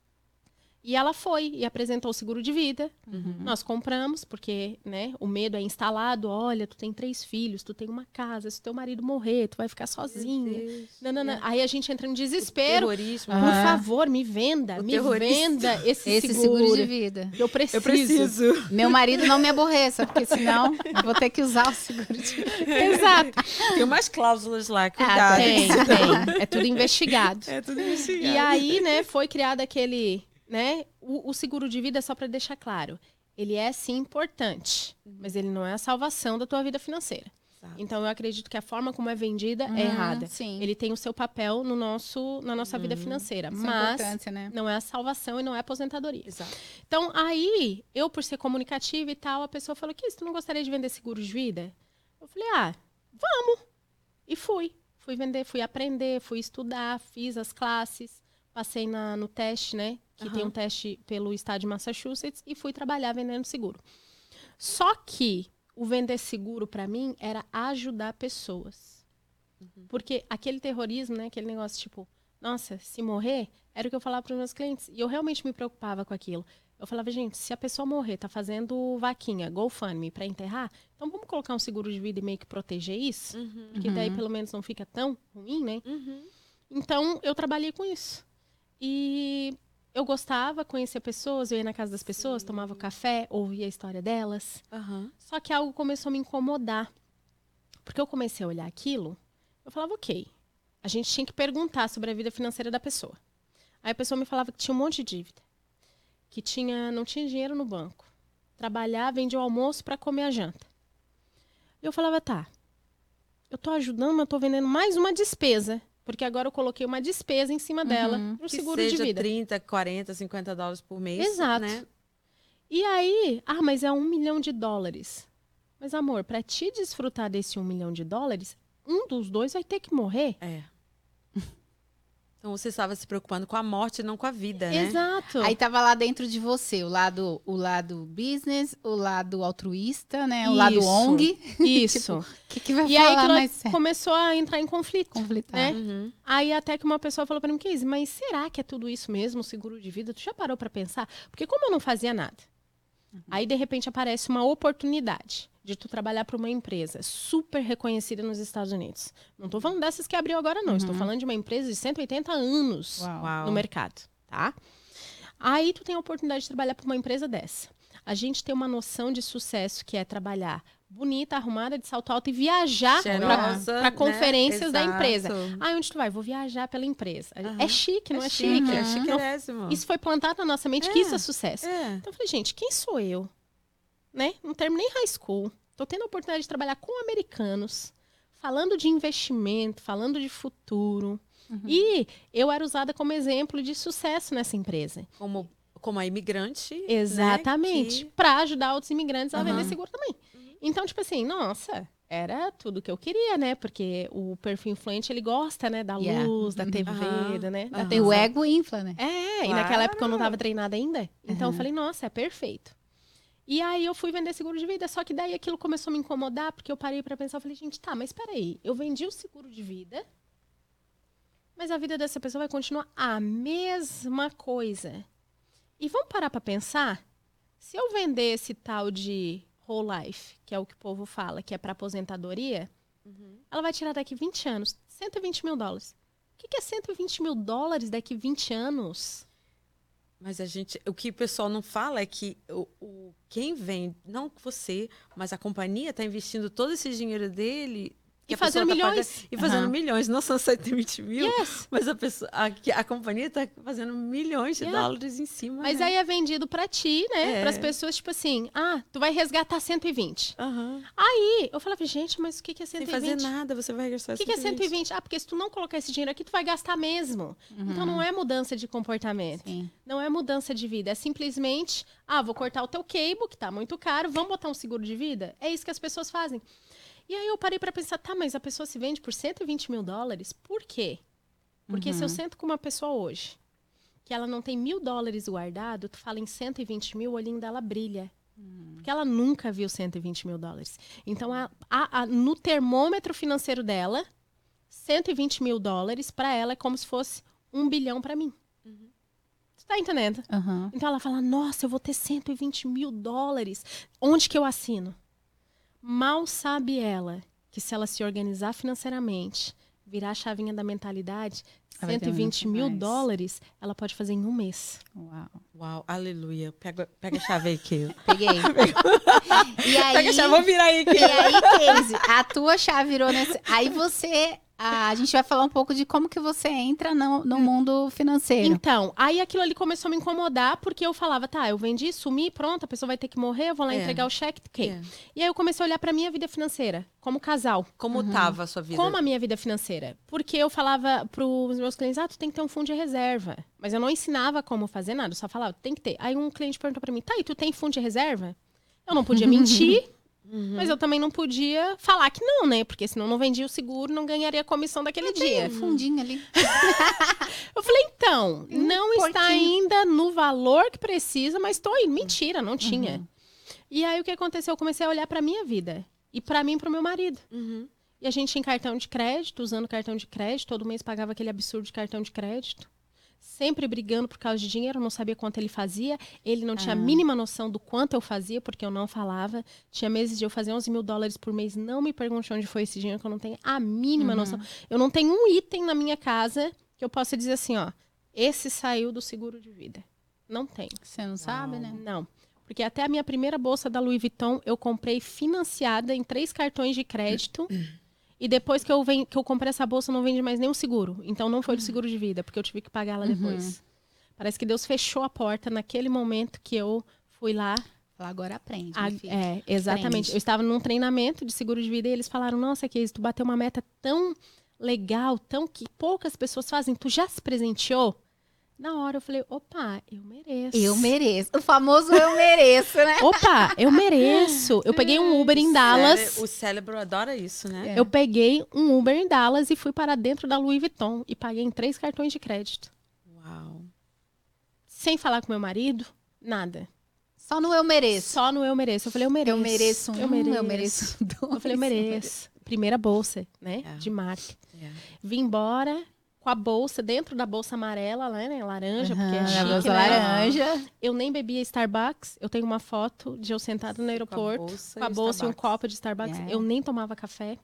E ela foi e apresentou o seguro de vida. Uhum. Nós compramos, porque, né, o medo é instalado. Olha, tu tem três filhos, tu tem uma casa, se teu marido morrer, tu vai ficar sozinha. Não, não, não. É. Aí a gente entra em desespero. Terrorismo. Por Aham. favor, me venda, O me terrorista. venda esse, Esse seguro. seguro de vida. Eu preciso. Eu preciso. Meu marido não me aborreça, porque senão eu vou ter que usar o seguro de vida. Exato. Tem umas cláusulas lá, Ah, cuidado. Tem, tem. É tudo investigado. É tudo investigado. E aí, né, foi criado aquele, né, o, o seguro de vida, só para deixar claro, ele é sim importante, mas ele não é a salvação da tua vida financeira. Exato. Então eu acredito que a forma como é vendida Uhum, é errada. sim. Ele tem o seu papel no nosso, na nossa vida financeira, Isso é mas importância, né? não é a salvação e não é a aposentadoria. Exato. Então aí, eu por ser comunicativa e tal, a pessoa falou, que tu não gostaria de vender seguro de vida? Eu falei, ah, vamos. E fui. Fui vender, fui aprender, fui estudar, fiz as classes, passei na, no teste, né? Que Aham. tem um teste pelo estado de Massachusetts e fui trabalhar vendendo seguro. Só que o vender seguro, para mim, era ajudar pessoas. Porque aquele terrorismo, né? Aquele negócio tipo, nossa, se morrer, era o que eu falava para os meus clientes. E eu realmente me preocupava com aquilo. Eu falava, gente, se a pessoa morrer, tá fazendo vaquinha, GoFundMe para enterrar, então vamos colocar um seguro de vida e meio que proteger isso? Uhum. Porque daí pelo menos não fica tão ruim, né? Uhum. Então eu trabalhei com isso. E eu gostava, conhecia pessoas, eu ia na casa das pessoas, tomava café, ouvia a história delas. Aham. Só que algo começou a me incomodar. Porque eu comecei a olhar aquilo, eu falava, ok, a gente tinha que perguntar sobre a vida financeira da pessoa. Aí a pessoa me falava que tinha um monte de dívida, que tinha, não tinha dinheiro no banco, trabalhar, vendia o almoço para comer a janta. E eu falava, tá, eu tô ajudando, mas eu tô vendendo mais uma despesa, porque agora eu coloquei uma despesa em cima dela Uhum. pro Que seguro seja de vida. trinta, quarenta, cinquenta dólares por mês. Exato. Né? E aí, ah, mas é um milhão de dólares. Mas, amor, para te desfrutar desse um milhão de dólares, um dos dois vai ter que morrer. É. Então você estava se preocupando com a morte e não com a vida, né? Exato. Aí tava lá dentro de você o lado, o lado business, o lado altruísta, né? O lado Isso. O N G. Isso. O que, que vai E aí falar aquilo mais sério? começou a entrar em conflito. Conflitar. né? Uhum. Aí até que uma pessoa falou para mim, Casey, mas será que é tudo isso mesmo, seguro de vida? Tu já parou para pensar? Porque como eu não fazia nada, uhum. aí de repente aparece uma oportunidade de tu trabalhar para uma empresa super reconhecida nos Estados Unidos. Não estou falando dessas que abriu agora, não. Uhum. Estou falando de uma empresa de cento e oitenta anos Uau. no mercado, tá? Aí tu tem a oportunidade de trabalhar para uma empresa dessa. A gente tem uma noção de sucesso que é trabalhar bonita, arrumada, de salto alto e viajar Cheirosa, para conferências né? da empresa. Exato. Ah, onde tu vai? Vou viajar pela empresa. Uhum. É chique, não é, É chique? chique, é Não- chiquérrimo. Isso foi plantado na nossa mente É. que isso é sucesso. É. Então eu falei, gente, quem sou eu? Né? Não terminei high school. Tô tendo a oportunidade de trabalhar com americanos, falando de investimento, falando de futuro. Uhum. E eu era usada como exemplo de sucesso nessa empresa. Como, como a imigrante. Exatamente. Né? Para ajudar outros imigrantes a Uhum. vender seguro também. Então, tipo assim, nossa, era tudo que eu queria, né? Porque o perfil influente, ele gosta, né? Da Yeah. luz, da T V, Aham. da, né? da Aham. E o atenção. ego infla, né? É, e Claro. naquela época eu não estava treinada ainda. Então Uhum. eu falei, nossa, é perfeito. E aí eu fui vender seguro de vida, só que daí aquilo começou a me incomodar, porque eu parei para pensar, eu falei, gente, tá, mas peraí, eu vendi o seguro de vida, mas a vida dessa pessoa vai continuar a mesma coisa. E vamos parar para pensar, se eu vender esse tal de whole life, que é o que o povo fala, que é para aposentadoria, Uhum. ela vai tirar daqui vinte anos, cento e vinte mil dólares. O que que é cento e vinte mil dólares daqui vinte anos? Mas a gente, o que o pessoal não fala é que o, o, quem vem, não você, mas a companhia está investindo todo esse dinheiro dele Que E a pessoa fazendo tá milhões. pagando- e fazendo Aham. milhões, não são cento e vinte mil, Yes. mas a, pessoa, a, que a companhia tá fazendo milhões de Yeah. dólares em cima. Mas né? aí é vendido pra ti, né? É. Para as pessoas, tipo assim, ah, tu vai resgatar cento e vinte. Aham. Aí eu falava, gente, mas o que que é cento e Sem vinte? fazer nada, você vai gastar O que, que é cento e vinte? Ah, porque se tu não colocar esse dinheiro aqui, tu vai gastar mesmo. Então não é mudança de comportamento. Sim. Não é mudança de vida. É simplesmente, ah, vou cortar o teu cable, que tá muito caro, vamos botar um seguro de vida? É isso que as pessoas fazem. E aí eu parei pra pensar, tá, mas a pessoa se vende por cento e vinte mil dólares? Por quê? Porque se eu sento com uma pessoa hoje, que ela não tem mil dólares guardado, tu fala em cento e vinte mil, o olhinho dela brilha. Porque ela nunca viu cento e vinte mil dólares. Então, a, a, a, no termômetro financeiro dela, cento e vinte mil dólares, para ela, é como se fosse um bilhão para mim. Uhum. Tu tá entendendo? Aham. Então, ela fala, nossa, eu vou ter cento e vinte mil dólares. Onde que eu assino? Mal sabe ela que se ela se organizar financeiramente, virar a chavinha da mentalidade, Ela vai ter cento e vinte mil muito mais. dólares, ela pode fazer em um mês. Uau. Uau, aleluia. Pega, pega a chave aí, Keio. Peguei. E aí, Pega a chave, vou virar aí, e Keio. aí, Casey, a tua chave virou nesse. Aí você. A, a gente vai falar um pouco de como que você entra no, no mundo financeiro. Então, aí aquilo ali começou a me incomodar, porque eu falava, tá, eu vendi, sumi, pronto, a pessoa vai ter que morrer, eu vou lá É. entregar o cheque, ok. É. E aí eu comecei a olhar pra minha vida financeira, como casal. Como tava a sua vida? Como a minha vida financeira? Porque eu falava pros meus clientes, ah, tu tem que ter um fundo de reserva. Mas eu não ensinava como fazer nada, eu só falava, tem que ter. Aí um cliente perguntou pra mim, tá, e tu tem fundo de reserva? Eu não podia mentir, mas eu também não podia falar que não, né? Porque senão eu não vendia o seguro, não ganharia a comissão daquele dia. Um fundinho ali. Eu falei, então, não está porquinho. ainda no valor que precisa, mas tô indo. Mentira, não tinha. Uhum. E aí o que aconteceu? Eu comecei a olhar pra minha vida. E pra mim e pro meu marido. Uhum. E a gente tinha cartão de crédito, usando cartão de crédito, todo mês pagava aquele absurdo de cartão de crédito. Sempre brigando por causa de dinheiro, eu não sabia quanto ele fazia. Ele não tinha a Ah. mínima noção do quanto eu fazia, porque eu não falava. Tinha meses de eu fazer onze mil dólares por mês. Não me pergunte onde foi esse dinheiro, que eu não tenho a mínima Uhum. noção. Eu não tenho um item na minha casa que eu possa dizer assim, ó, esse saiu do seguro de vida. Não tem. Você não sabe, né? Não. Porque até a minha primeira bolsa da Louis Vuitton, eu comprei financiada em três cartões de crédito. E depois que eu, ven- que eu comprei essa bolsa, eu não vendi mais nenhum seguro. Então não foi do seguro de vida, porque eu tive que pagar ela depois. Parece que Deus fechou a porta naquele momento que eu fui lá. Fala, agora aprende. A- minha filha. é, exatamente. Aprende. Eu estava num treinamento de seguro de vida e eles falaram, nossa, Keise, tu bateu uma meta tão legal, tão que poucas pessoas fazem. Tu já se presenteou? Na hora eu falei, opa, eu mereço. Eu mereço. O famoso eu mereço, né? Opa, eu mereço. Eu peguei um Uber em Dallas. Cére- O cérebro adora isso, né? É. Eu peguei um Uber em Dallas e fui para dentro da Louis Vuitton e paguei em três cartões de crédito. Uau. Sem falar com meu marido, nada. Só no eu mereço. Só no eu mereço. Eu falei, eu mereço. Eu mereço um, eu mereço. eu mereço dois. Eu falei, eu mereço. Primeira bolsa, né? É. De marca. É. Vim embora com a bolsa, dentro da bolsa amarela, lá, né? Laranja, porque é Aham, chique, a bolsa né? laranja. Eu nem bebia Starbucks. Eu tenho uma foto de eu sentada no aeroporto bolsa com a e bolsa e um Starbucks. copo de Starbucks. É. Eu nem tomava café.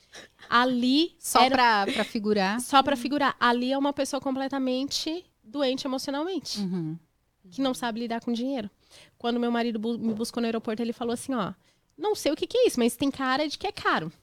Ali Só era pra, pra figurar. só pra figurar. Ali é uma pessoa completamente doente emocionalmente, Uhum. que não sabe lidar com dinheiro. Quando meu marido bu- me buscou no aeroporto, ele falou assim, ó, não sei o que, que é isso, mas tem cara de que é caro.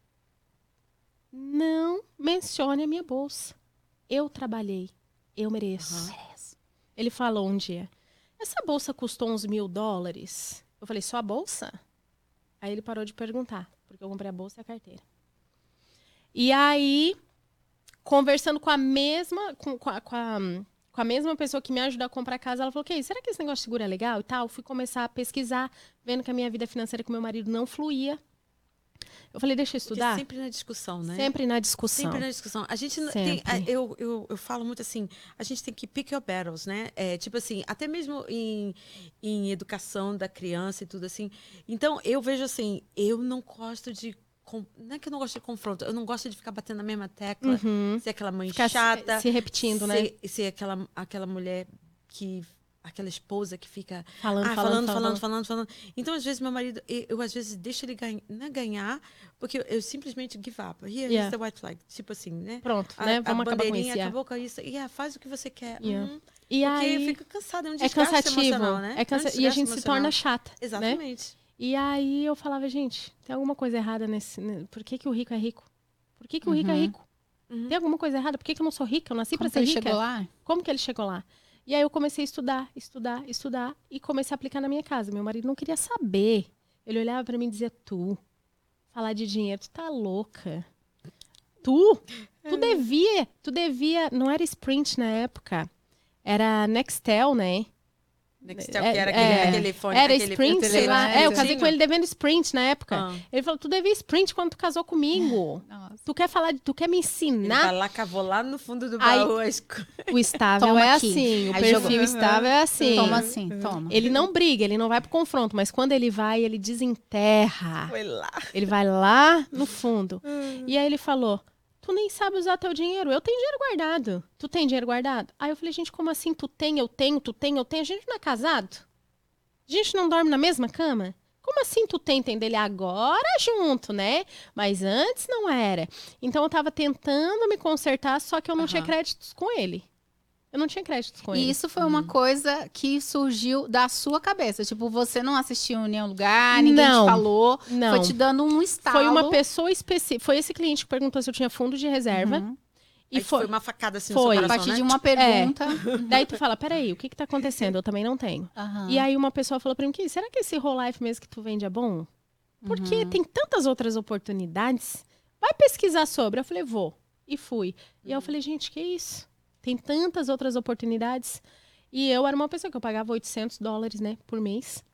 Não mencione a minha bolsa. Eu trabalhei. Eu mereço. Mereço. Ele falou um dia, essa bolsa custou uns mil dólares? Eu falei, só a bolsa? Aí ele parou de perguntar, porque eu comprei a bolsa e a carteira. E aí, conversando com a mesma, com, com, a, com, a, com a mesma pessoa que me ajudou a comprar a casa, ela falou, ok, será que esse negócio de seguro é legal e tal? Fui começar a pesquisar, vendo que a minha vida financeira com meu marido não fluía. Eu falei, deixa eu Porque estudar. sempre na discussão, né? Sempre na discussão. Sempre na discussão. A gente não tem. Sempre. a- Eu, eu, eu falo muito assim, a gente tem que pick your battles, né? É, tipo assim, até mesmo em, em educação da criança e tudo assim. Então, eu vejo assim, eu não gosto de. com- Não é que eu não gosto de confronto, eu não gosto de ficar batendo na mesma tecla, Uhum. ser aquela mãe Ficar se- chata. se repetindo, né? ser, ser aquela, aquela mulher que. Aquela esposa que fica Falando, ah, falando, falando, falando, falando, falando, falando. Então, às vezes, meu marido, eu, eu, às vezes deixo ele ganhar, não é ganhar, porque eu, eu simplesmente give up. Here, Yeah. here's the white flag. Tipo assim, né? Pronto, A, né? a Vamos acabar com bandeirinha isso. yeah. acabou com isso. Yeah, faz o que você quer. Yeah. Uhum. E Porque aí, fica cansado, é um é desgaste cansativo. emocional, né? É cansa- É um E a desgaste gente se emocional. torna chata, né? Exatamente. E aí eu falava, gente, tem alguma coisa errada nesse... né? Por que, que o rico é rico? Por que, que o rico é Uhum. rico? Uhum. Tem alguma coisa errada? Por que, que eu não sou rica? Eu nasci Como pra que ser ele rica. chegou lá? Como que ele chegou lá? E aí eu comecei a estudar, estudar, estudar e comecei a aplicar na minha casa. Meu marido não queria saber. Ele olhava pra mim e dizia, tu, falar de dinheiro, tu tá louca. Tu, tu devia, tu devia, não era Sprint na época, era Nextel, né? Nextel, É, que era aquele, é, aquele fone. Era aquele Sprint, sei lá. telefone É, eu que casei tinha. com ele devendo Sprint na época. Ah. Ele falou, tu devia Sprint quando tu casou comigo. Nossa. Tu quer falar, de- tu quer me Ele ensinar? vai lá, cavou lá no fundo do Aí- baú. as co- O estável Toma é aqui. assim, o Aí perfil jogou. estável é assim. Toma assim, toma. Ele não briga, ele não vai pro confronto, mas quando ele vai, ele desenterra. Foi lá. Ele vai lá no fundo. E aí ele falou, tu nem sabe usar teu dinheiro. Eu tenho dinheiro guardado. Tu tem dinheiro guardado? Aí eu falei, gente, como assim? Tu tem, eu tenho, tu tem, eu tenho. A gente não é casado? A gente não dorme na mesma cama? Como assim tu tem, tem dele agora junto, né? Mas antes não era. Então eu tava tentando me consertar, só que eu não tinha Aham. créditos com ele. Eu não tinha créditos com ele. E isso foi uma coisa que surgiu da sua cabeça. Tipo, você não assistiu em nenhum lugar, ninguém Não, te falou. não. Foi te dando um estalo. Foi uma pessoa específica. Foi esse cliente que perguntou se eu tinha fundo de reserva. Uhum. E Aí foi foi. uma facada assim Foi. no A seu coração, partir né? de uma pergunta. Daí tu fala, peraí, o que que tá acontecendo? Eu também não tenho. Aham. E aí uma pessoa falou pra mim, "Que, será que esse whole life mesmo que tu vende é bom? Porque Uhum. tem tantas outras oportunidades. Vai pesquisar sobre. Eu falei, vou. E fui. E aí eu falei, gente, que isso? Tem tantas outras oportunidades. E eu era uma pessoa que eu pagava oitocentos dólares, né, por mês.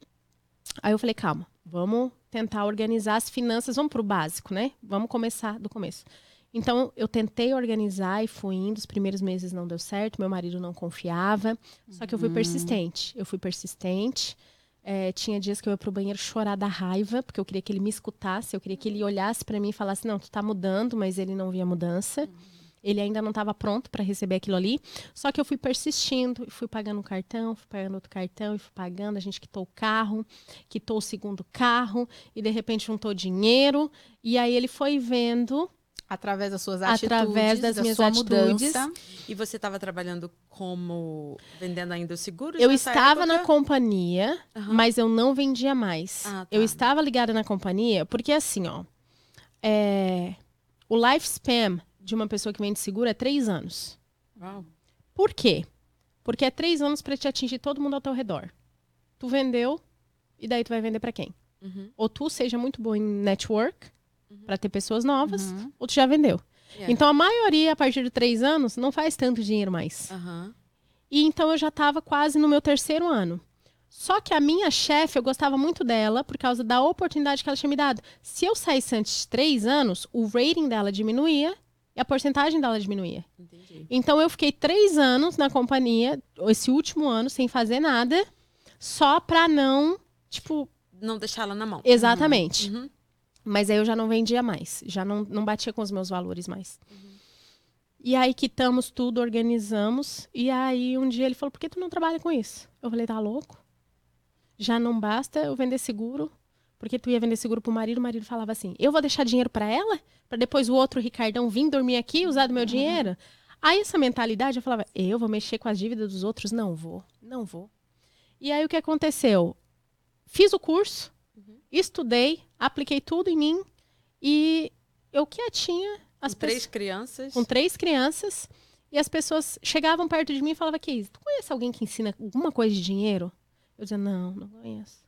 Aí eu falei, calma, vamos tentar organizar as finanças, vamos pro básico, né? Vamos começar do começo. Então, eu tentei organizar e fui indo. Os primeiros meses não deu certo, meu marido não confiava. Só que eu fui persistente. Eu fui persistente. É, tinha dias que eu ia pro banheiro chorar da raiva, porque eu queria que ele me escutasse, eu queria que ele olhasse pra mim e falasse, não, tu tá mudando, mas ele não via mudança. Ele ainda não estava pronto para receber aquilo ali. Só que eu fui persistindo, e fui pagando um cartão, fui pagando outro cartão, e fui pagando. A gente quitou o carro, quitou o segundo carro, e de repente juntou dinheiro. E aí ele foi vendo, Através das suas Através atitudes, das da minhas sua atitudes. mudança. E você estava trabalhando como... Vendendo ainda os seguros eu nessa estava na época? companhia, Aham. mas eu não vendia mais. Ah, tá. Eu estava ligada na companhia, porque assim, ó, é, o lifespan de uma pessoa que vende seguro é três anos. Uau. Por quê? Porque é três anos para te atingir todo mundo ao teu redor. Tu vendeu, e daí tu vai vender para quem? Uhum. Ou tu seja muito bom em network, para ter pessoas novas, Uhum. ou tu já vendeu. Yeah. Então a maioria, a partir de três anos, não faz tanto dinheiro mais. Aham. E então eu já estava quase no meu terceiro ano. Só que a minha chefe, eu gostava muito dela por causa da oportunidade que ela tinha me dado. Se eu saísse antes de três anos, o rating dela diminuía e a porcentagem dela diminuía. Entendi. Então eu fiquei três anos na companhia, esse último ano, sem fazer nada, só pra não, tipo, Não deixar ela na mão. exatamente. Uhum. Mas aí eu já não vendia mais, já não, não batia com os meus valores mais. E aí quitamos tudo, organizamos, e aí um dia ele falou, por que tu não trabalha com isso? Eu falei, tá louco? Já não basta eu vender seguro, porque tu ia vender seguro pro marido, o marido falava assim, eu vou deixar dinheiro pra ela? Pra depois o outro Ricardão vir dormir aqui e usar do meu dinheiro? Aí essa mentalidade, eu falava, eu vou mexer com as dívidas dos outros? Não vou, não vou. E aí o que aconteceu? Fiz o curso, estudei, apliquei tudo em mim e eu quietinha, as Com três pessoas- crianças. com três crianças, e as pessoas chegavam perto de mim e falavam, Keise, tu conhece alguém que ensina alguma coisa de dinheiro? Eu dizia, não, não conheço.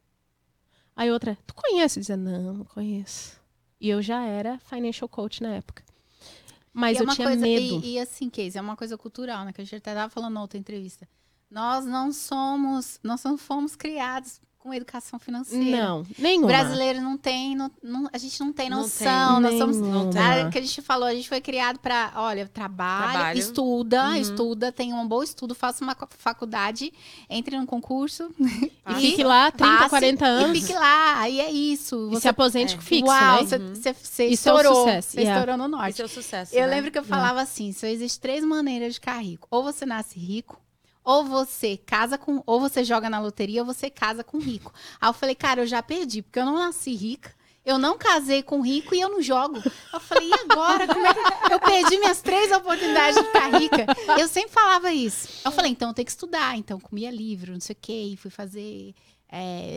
Aí outra, tu conhece? Eu dizia, não, não conheço. E eu já era financial coach na época. Mas E é eu uma tinha coisa, medo. E, e assim, Keise, é uma coisa cultural, né? Que a gente até estava falando na outra entrevista. Nós não somos, nós não fomos criados com educação financeira. Não, O nenhuma. brasileiro não tem, não, não- a gente não tem Não noção. tem nós somos, nenhuma. Ah, que a gente falou, a gente foi criado para, olha, trabalha, Trabalho. estuda, Uhum. estuda, tenha um bom estudo, faça uma co- faculdade, entre num concurso E fique lá trinta, passe quarenta anos e fique lá. Aí é isso. e se aposente é. fixo, Uau, né? você, você, você Isso é o estourou, sucesso, você yeah. estourou no norte. Esse é o sucesso, Eu né? lembro que eu falava assim, só existe três maneiras de ficar rico. Ou você nasce rico, ou você casa com, ou você joga na loteria, ou você casa com rico. Aí eu falei, cara, eu já perdi, porque eu não nasci rica, eu não casei com rico e eu não jogo. Eu falei, e agora? Como é que eu perdi minhas três oportunidades de ficar rica? Eu sempre falava isso. Eu falei, então eu tenho que estudar. Então comia livro, não sei o quê, e fui fazer... é,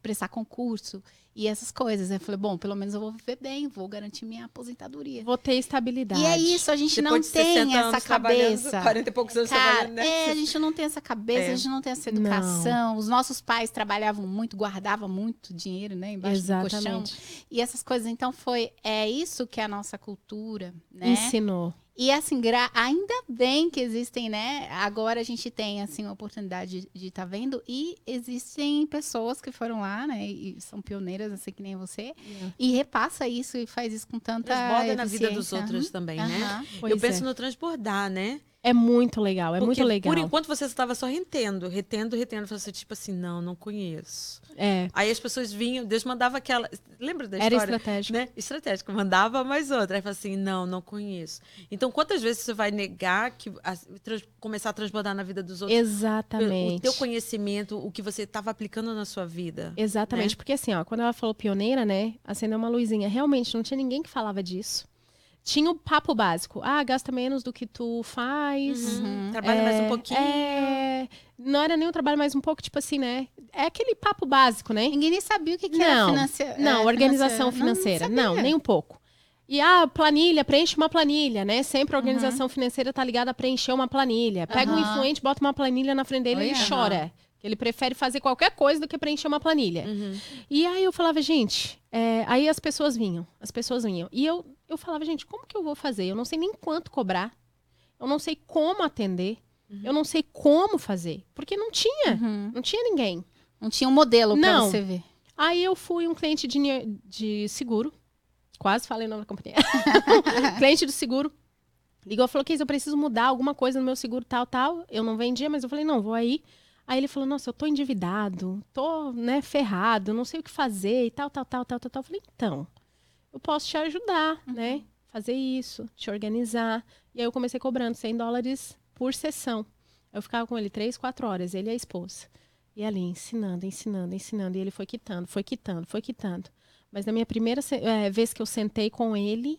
prestar concurso e essas coisas. Eu falei, bom, pelo menos eu vou viver bem, vou garantir minha aposentadoria. Vou ter estabilidade. E é isso, a gente Depois não de sessenta tem essa anos trabalhando, cabeça. quarenta e poucos anos Cara, trabalhando, né? é, a gente não tem essa cabeça, É. a gente não tem essa educação. Os nossos pais trabalhavam muito, guardavam muito dinheiro, né, embaixo do colchão. Exatamente. E essas coisas, então, foi, é isso que é a nossa cultura, né? Ensinou. E assim, gra- ainda bem que existem, né? Agora a gente tem, assim, uma oportunidade de estar vendo. E existem pessoas que foram lá, né? E são pioneiras, assim, que nem você. Yeah. E repassa isso e faz isso com tanta Transborda na vida dos eficiência. outros Uhum. também, Aham. né? Pois Eu penso é. no transbordar, né? É muito legal, é Porque, muito legal. por enquanto, você estava só retendo, retendo, retendo. Você, tipo assim, não, não conheço. É, Aí as pessoas vinham, Deus mandava aquela... Lembra da era história? estratégico. Né? Estratégico. Mandava mais outra. Aí fala assim, não, não conheço. Então, quantas vezes você vai negar, que a- trans- começar a transbordar na vida dos outros? Exatamente. O teu conhecimento, o que você estava aplicando na sua vida. Exatamente, né? porque assim, ó, quando ela falou pioneira, né, acendeu uma luzinha. Realmente, não tinha ninguém que falava disso. Tinha o papo básico. Ah, gasta menos do que tu faz. Uhum. Trabalha mais um pouquinho. É, não era nem um trabalho mais um pouco, tipo assim, né? É aquele papo básico, né? Ninguém nem sabia o que, que Não, era financeira. Não, organização financeira. Não, nem um pouco. E a planilha, preenche uma planilha, né? Sempre a organização financeira tá ligada a preencher uma planilha. Pega um Aham. influente, bota uma planilha na frente dele e ele Olha. chora. Ele prefere fazer qualquer coisa do que preencher uma planilha. Uhum. E aí eu falava, gente, é, aí as pessoas vinham, as pessoas vinham. E eu, eu falava, gente, como que eu vou fazer? Eu não sei nem quanto cobrar. Eu não sei como atender. Eu não sei como fazer. Porque não tinha, Uhum. não tinha ninguém. Não tinha um modelo pra Não. você ver. Aí eu fui um cliente de, ne- de seguro. Quase falei o nome da companhia. Cliente do seguro. Ligou e falou, Keis, eu preciso mudar alguma coisa no meu seguro, tal, tal. Eu não vendia, mas eu falei, não, vou aí. Aí ele falou, nossa, eu tô endividado, tô, né, ferrado, não sei o que fazer e tal, tal, tal, tal, tal, tal. Eu falei, então, eu posso te ajudar, né? Fazer isso, te organizar. E aí eu comecei cobrando cem dólares por sessão. Eu ficava com ele três, quatro horas, ele e a esposa. E ali, ensinando, ensinando, ensinando. E ele foi quitando, foi quitando, foi quitando. Mas na minha primeira se- eh, vez que eu sentei com ele,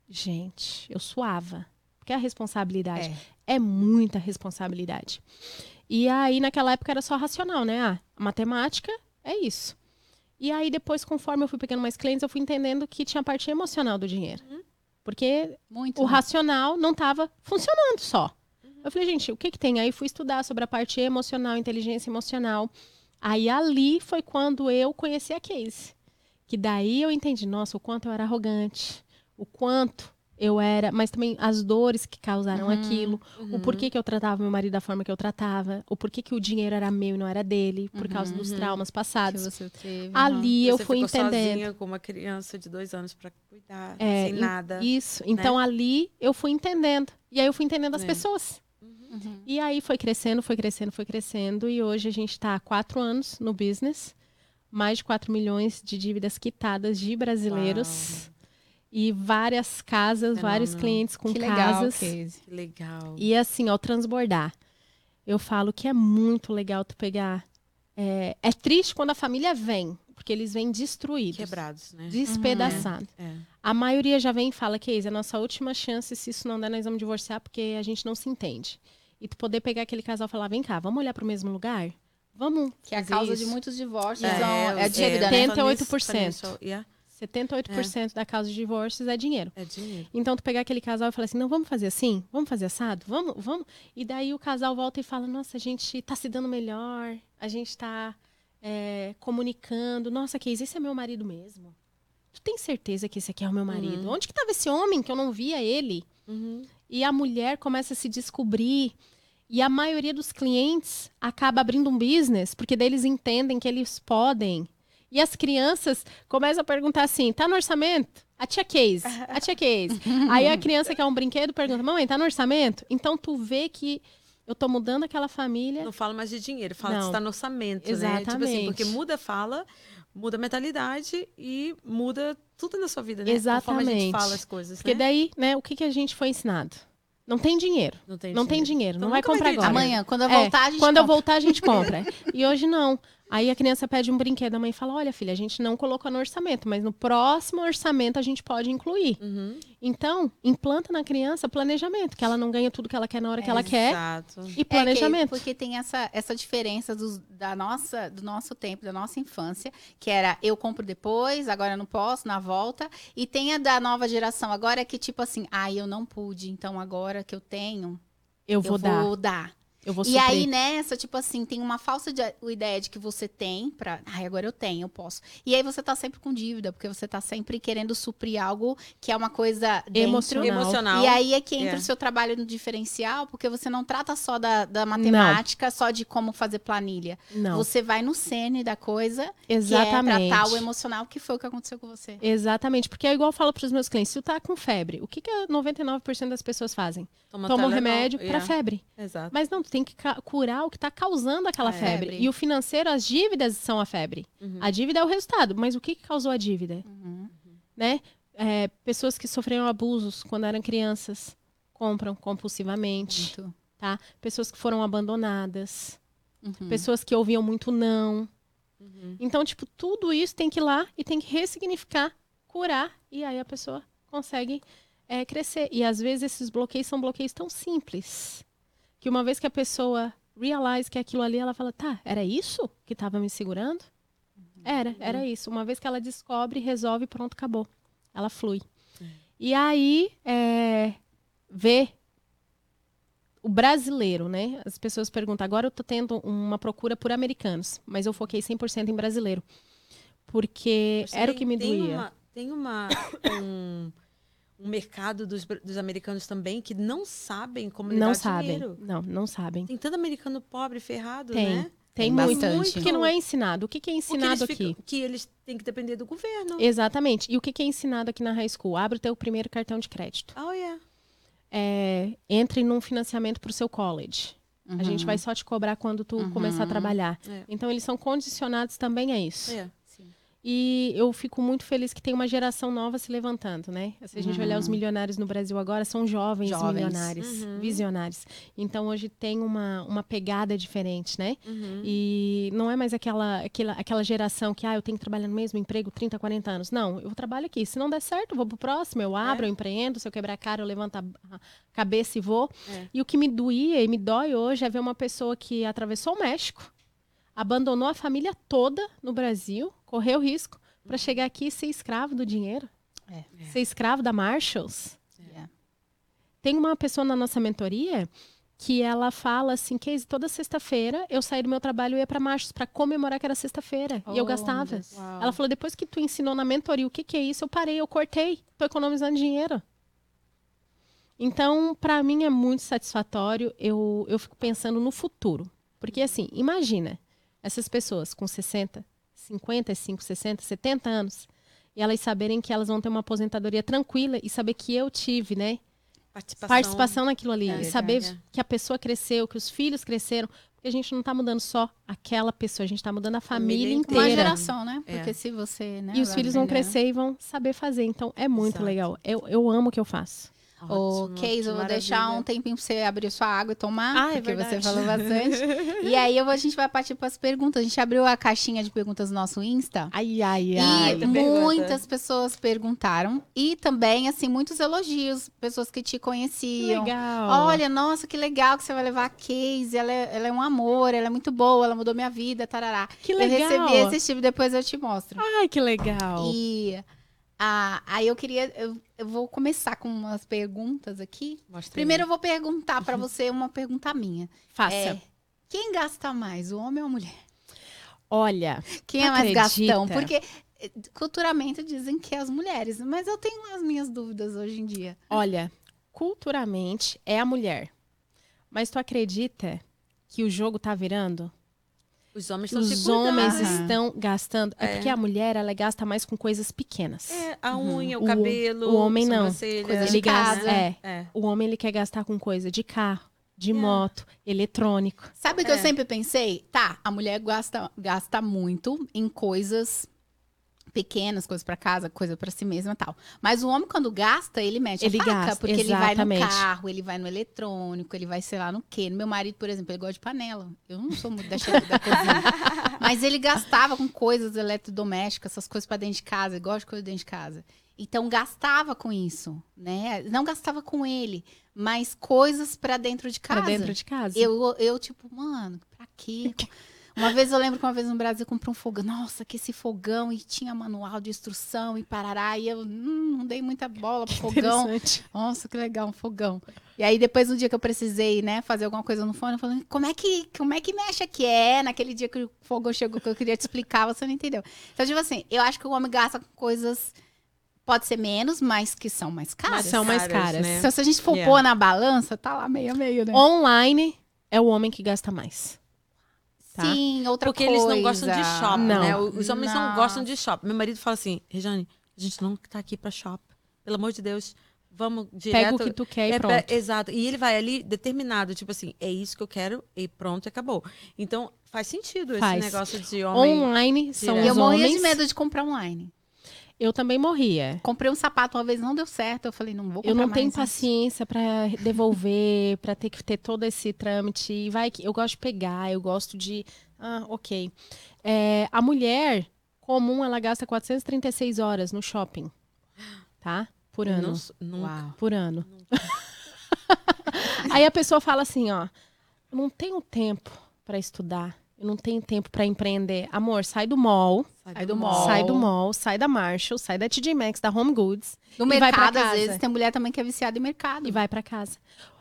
gente, eu suava. Porque a responsabilidade é, muita responsabilidade. E aí, naquela época, era só racional, né? Ah, a matemática é isso. E aí, depois, conforme eu fui pegando mais clientes, eu fui entendendo que tinha a parte emocional do dinheiro. Porque Muito. o né? racional não estava funcionando só. Eu falei, gente, o que que tem? Aí fui estudar sobre a parte emocional, inteligência emocional. Aí ali foi quando eu conheci a Casey. Que daí eu entendi, nossa, o quanto eu era arrogante, o quanto eu era, mas também as dores que causaram Uhum, aquilo, o porquê que eu tratava meu marido da forma que eu tratava, o porquê que o dinheiro era meu e não era dele, por causa dos traumas Que passados. você teve. Ali eu Você fui ficou entendendo. sozinha com uma criança de dois anos para cuidar, É, sem in- nada. Isso. Então ali eu fui entendendo. E aí eu fui entendendo as É. pessoas. Uhum. E aí foi crescendo, foi crescendo, foi crescendo. E hoje a gente está há quatro anos no business. Mais de quatro milhões de dívidas quitadas de brasileiros. E várias casas, vários Fenômeno. clientes com Que legal, casas. Casey. Que legal. E assim, ao transbordar. Eu falo que é muito legal tu pegar. É, é triste quando a família vem, porque eles vêm destruídos. Quebrados, né? Despedaçados. É. A maioria já vem e fala, Keis, é a nossa última chance, se isso não der, nós vamos divorciar, porque a gente não se entende. E tu poder pegar aquele casal e falar, vem cá, vamos olhar pro mesmo lugar? Vamos Que é a fazer causa isso. de muitos divórcios. É, são- É, a é, dívida, né? setenta e oito por cento. financial- yeah, setenta e oito por cento da causa de divórcios é dinheiro. é dinheiro. Então, tu pegar aquele casal e falar assim, não, vamos fazer assim? Vamos fazer assado? Vamos, vamos? E daí o casal volta e fala, nossa, a gente tá se dando melhor, a gente tá é, comunicando. Nossa, Keis, esse é meu marido mesmo. Tu tem certeza que esse aqui é o meu marido? Onde que tava esse homem que eu não via ele? Uhum. E a mulher começa a se descobrir. E a maioria dos clientes acaba abrindo um business, porque daí eles entendem que eles podem. E as crianças começam a perguntar assim, tá no orçamento? A tia Casey, a tia Casey. Aí a criança quer um brinquedo pergunta, mamãe, tá no orçamento? Então tu vê que eu tô mudando aquela família. Não fala mais de dinheiro, fala Não. que está no orçamento, né? Tipo Exatamente. assim, porque muda a fala, muda a mentalidade e muda tudo na sua vida, né? Exatamente. Conforme a gente fala as coisas, Porque né? daí, né, o que, que a gente foi ensinado? Não tem dinheiro. Não tem Não tem dinheiro, Então não vai nunca vai comprar ter agora. dinheiro. Amanhã, quando eu É, voltar, a gente quando eu compra. voltar, a gente compra. E hoje não. Aí a criança pede um brinquedo, a mãe fala, olha filha, a gente não colocou no orçamento, mas no próximo orçamento a gente pode incluir. Uhum. Então, implanta na criança planejamento, que ela não ganha tudo que ela quer na hora que ela quer. Exato. E planejamento. É que, porque tem essa, essa diferença dos, da nossa, do nosso tempo, da nossa infância, que era eu compro depois, agora eu não posso, na volta. E tem a da nova geração agora que tipo assim, ah, eu não pude, então agora que eu tenho, Eu vou eu dar. vou dar. Eu vou E suprir. aí, nessa, tipo assim, tem uma falsa de- ideia de que você tem pra... Ai, agora eu tenho, eu posso. E aí você tá sempre com dívida, porque você tá sempre querendo suprir algo que é uma coisa dentro. Emocional. Emocional. E aí é que entra É. o seu trabalho no diferencial, porque você não trata só da, da matemática, só de como fazer planilha. Não, Você vai no cerne da coisa, exatamente. que é tratar o emocional, que foi o que aconteceu com você. Exatamente, porque é igual eu falo para os meus clientes, se tu tá com febre, o que, que noventa e nove por cento das pessoas fazem? Toma, Toma um Tylenol. remédio Yeah. para febre. Exato. Mas não, tu tem que ca- curar o que está causando aquela É. febre. Febre. E o financeiro, as dívidas são a febre. Uhum. A dívida é o resultado, mas o que, que causou a dívida? Uhum. Né? É, pessoas que sofreram abusos quando eram crianças, compram compulsivamente, Muito. tá? Pessoas que foram abandonadas, Uhum. pessoas que ouviam muito não. Uhum. Então, tipo, tudo isso tem que ir lá e tem que ressignificar, curar, e aí a pessoa consegue é, crescer. E às vezes esses bloqueios são bloqueios tão simples que uma vez que a pessoa realize que aquilo ali, ela fala, tá, era isso que estava me segurando? Era, era isso. Uma vez que ela descobre, resolve, pronto, acabou. Ela flui. E aí, é, vê o brasileiro, né? As pessoas perguntam, agora eu tô tendo uma procura por americanos, mas eu foquei cem por cento em brasileiro. Porque Mas era o também que me tem doía. Uma, tem uma, um, um mercado dos, br- dos americanos também que não sabem como lidar Não com sabem. dinheiro. Não, não sabem. Tem tanto americano pobre, ferrado, Tem. né? Tem, Tem muito. bastante. Porque não é ensinado. O que, que é Porque ensinado eles aqui? ficam- que eles têm que depender do governo. Exatamente. E o que, que é ensinado aqui na high school? Abre o teu primeiro cartão de crédito. Oh, yeah. É, entre num financiamento para o seu college. A Uhum. gente vai só te cobrar quando tu Uhum. começar a trabalhar. É. Então, eles são condicionados também a isso. É. E eu fico muito feliz que tem uma geração nova se levantando, né? Se a gente Uhum. olhar os milionários no Brasil agora, são jovens, Jovens. milionários, Uhum. visionários. Então, hoje tem uma, uma pegada diferente, né? Uhum. E não é mais aquela, aquela, aquela geração que, ah, eu tenho que trabalhar no mesmo emprego trinta, quarenta anos. Não, eu trabalho aqui. Se não der certo, eu vou pro próximo, eu abro, É. eu empreendo. Se eu quebrar a cara, eu levanto a a cabeça e vou. É. E o que me doía e me dói hoje é ver uma pessoa que atravessou o México, abandonou a família toda no Brasil, correu risco para chegar aqui e ser escravo do dinheiro. É. Ser escravo da Marshalls. Yeah. Tem uma pessoa na nossa mentoria que ela fala assim, Casey, toda sexta-feira eu saí do meu trabalho e ia para Marshalls para comemorar que era sexta-feira. e eu Oh, gastava. Deus. Uau. Ela falou, depois que tu ensinou na mentoria o que, que é isso, eu parei, eu cortei. Tô economizando dinheiro. Então, para mim é muito satisfatório. Eu, eu fico pensando no futuro. Porque assim, imagina essas pessoas com sessenta, cinquenta e cinco, sessenta, setenta anos e elas saberem que elas vão ter uma aposentadoria tranquila e saber que eu tive, né? Participação. Participação naquilo ali. É, e saber é. que a pessoa cresceu, que os filhos cresceram. Porque a gente não está mudando só aquela pessoa, a gente está mudando a família, Família inteira. Uma inteira. geração, né? É. Porque se você, né? E os vai filhos vão aprendendo. crescer e vão saber fazer. Então é muito Exato. legal. Eu, eu amo o que eu faço. Ô, Ótimo, Casey, que eu vou deixar maravilha. um tempinho pra você abrir sua água e tomar, Ah, é porque você verdade. falou bastante. E aí eu vou- a gente vai partir para as perguntas. A gente abriu a caixinha de perguntas no nosso Insta. Ai, ai, E ai. muita pergunta. muitas pessoas perguntaram. E também, assim, muitos elogios. Pessoas que te Que conheciam. legal. Olha, nossa, que legal que você vai levar a Casey. Ela é, ela é um amor, ela é muito boa, ela mudou minha vida, tarará. que Eu legal. recebi esse tipo, depois eu te mostro. Ai, que legal. E ah, aí eu queria... Eu, eu vou começar com umas perguntas aqui. Mostra aí. Primeiro eu vou perguntar pra você uma pergunta minha. Faça. É, quem gasta mais, o homem ou a mulher? Olha, Quem é mais acredita? gastão? Porque eh, culturalmente dizem que é as mulheres, mas eu tenho as minhas dúvidas hoje em dia. olha, culturalmente é a mulher. Mas tu acredita que o jogo tá virando? Os homens estão Os se cuidando. homens Aham. estão gastando. É, É. porque a mulher, ela gasta mais com coisas pequenas. É, a unha, o O- cabelo. o homem não. sobrancelha. Coisa de Ele gasta, casa. é, É. o homem ele quer gastar com coisa de carro, de É. moto, eletrônico. Sabe o que eu É. sempre pensei? Tá, a mulher gasta, gasta muito em coisas pequenas coisas pra casa, coisa pra si mesma e tal. Mas o homem, quando gasta, ele mete Ele a faca. gasta, porque ele vai no exatamente. carro, ele vai no eletrônico, ele vai sei lá no quê. Meu marido, por exemplo, ele gosta de panela. Eu não sou muito da, chefe da cozinha. Mas ele gastava com coisas eletrodomésticas, essas coisas pra dentro de casa. Ele gosta de coisa dentro de casa. Então, gastava com isso, né? Não gastava com ele, mas coisas pra dentro de casa. Pra dentro de casa. Eu, eu tipo, mano, pra quê? Uma vez eu lembro que uma vez no Brasil eu comprei um fogão. Nossa, que esse fogão, e tinha manual de instrução e parará. E eu hum, não dei muita bola pro fogão. Nossa, que legal, um fogão. E aí depois, no dia que eu precisei, né, fazer alguma coisa no fone, eu falei, como é que, como é que mexe aqui? É, naquele dia que o fogão chegou, que eu queria te explicar, você não entendeu. Então, tipo assim, eu acho que o homem gasta com coisas, pode ser menos, mas que são mais caras. São mais caras. né? Então, se a gente for Yeah. pôr na balança, tá lá meio a meio, né? Online é o homem que gasta mais. Tá? Sim, outra Porque coisa. eles não gostam de shopping, Não. né? Os homens não Nossa. gostam de shopping. Meu marido fala assim, Rejane, a gente não tá aqui pra shopping. Pelo amor de Deus, vamos direto... Pega o que tu quer e É, pronto. pe- exato. E ele vai ali determinado, tipo assim, é isso que eu quero e pronto, acabou. Então, faz sentido Faz. esse negócio de homem... Online são direto. E eu os morria homens. de medo de comprar online. Eu também morria. Comprei um sapato uma vez, não deu certo. Eu falei, não vou comprar Eu não mais tenho isso. paciência pra devolver, pra ter que ter todo esse trâmite. E vai que eu gosto de pegar, eu gosto de. Ah, ok. É, a mulher comum, ela gasta quatrocentas e trinta e seis horas no shopping, tá? Por Eu ano. não sou- nunca. Uau. Por ano. Aí a pessoa fala assim, ó, eu não tenho tempo pra estudar, eu não tenho tempo pra empreender. Amor, sai do mall, Sai do mall. sai do mall, sai da Marshall, sai da T J Maxx, da Home Goods No e vai pra mercado, às casa. vezes, tem mulher também que é viciada em mercado. e vai pra casa.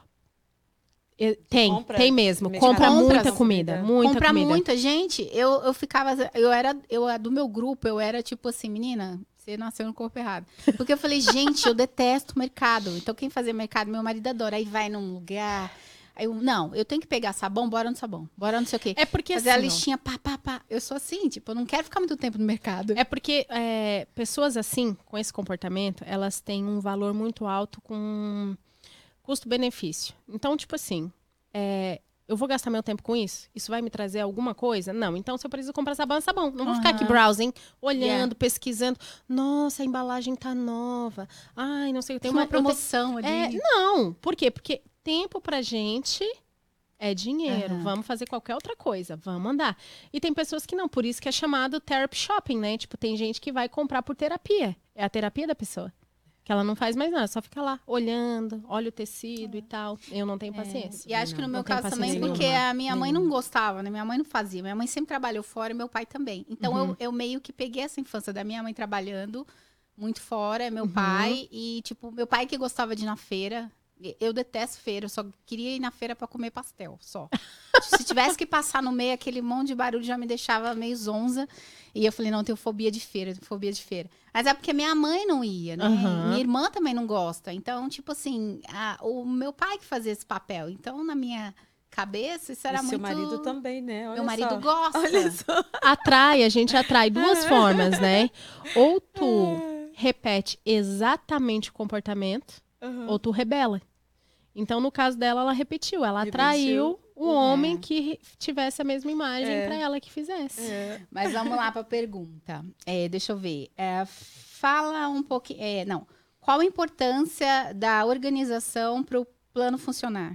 E- Tem, Compra tem mesmo. mercado. Compra Compra muita comida. comida, muita Compra comida. muita. Gente, eu, eu ficava... Eu era... Eu, do meu grupo, eu era tipo assim, menina... Você nasceu no corpo errado. Porque eu falei, gente, eu detesto mercado. Então, quem fazia mercado, meu marido adora. Aí vai num lugar... Aí eu, não, eu tenho que pegar sabão, bora no sabão. Bora não sei o quê. É porque Fazer a assim, ó, listinha, pá, pá, pá. Eu sou assim, tipo, eu não quero ficar muito tempo no mercado. é porque é, pessoas assim, com esse comportamento, elas têm um valor muito alto com custo-benefício. Então, tipo assim, é, eu vou gastar meu tempo com isso? Isso vai me trazer alguma coisa? Não. Então, se eu preciso comprar sabão, é sabão. Não vou ficar aqui Aham. browsing, olhando, Yeah. pesquisando. Nossa, a embalagem tá nova. Ai, não sei, eu Tem tenho uma uma, eu tenho- promoção ali. É, não. Por quê? Porque tempo pra gente é dinheiro. Aham. Vamos fazer qualquer outra coisa. Vamos andar. E tem pessoas que não. Por isso que é chamado therapy shopping, né? Tipo, tem gente que vai comprar por terapia. É a terapia da pessoa. Que ela não faz mais nada. Só fica lá, olhando, olha o tecido e tal. Eu não tenho paciência. E acho que no Não meu tenho caso também, paciência porque nenhuma. a minha mãe não gostava, né? Minha mãe não fazia. Minha mãe sempre trabalhou fora e meu pai também. Então, Uhum. eu, eu meio que peguei essa infância da minha mãe trabalhando muito fora, meu Uhum. pai. E, tipo, meu pai que gostava de ir na feira. Eu detesto feira, eu só queria ir na feira pra comer pastel, só. Se tivesse que passar no meio, aquele monte de barulho já me deixava meio zonza. E eu falei, não, eu tenho fobia de feira, eu tenho fobia de feira. Mas é porque minha mãe não ia, né? Aham. Minha irmã também não gosta. Então, tipo assim, a- o meu pai que fazia esse papel. Então, na minha cabeça, isso era e muito... seu marido também, né? Olha Meu marido só. gosta. Olha só. Atrai, a gente atrai duas formas, né? Ou tu repete exatamente o comportamento, ou tu rebela. Então, no caso dela, ela repetiu. Ela Repetiu. atraiu o homem É. que tivesse a mesma imagem É. pra ela que fizesse. É. Mas vamos lá para a pergunta. É, deixa eu ver. É, fala um pouquinho... É, não. Qual a importância da organização para o plano funcionar?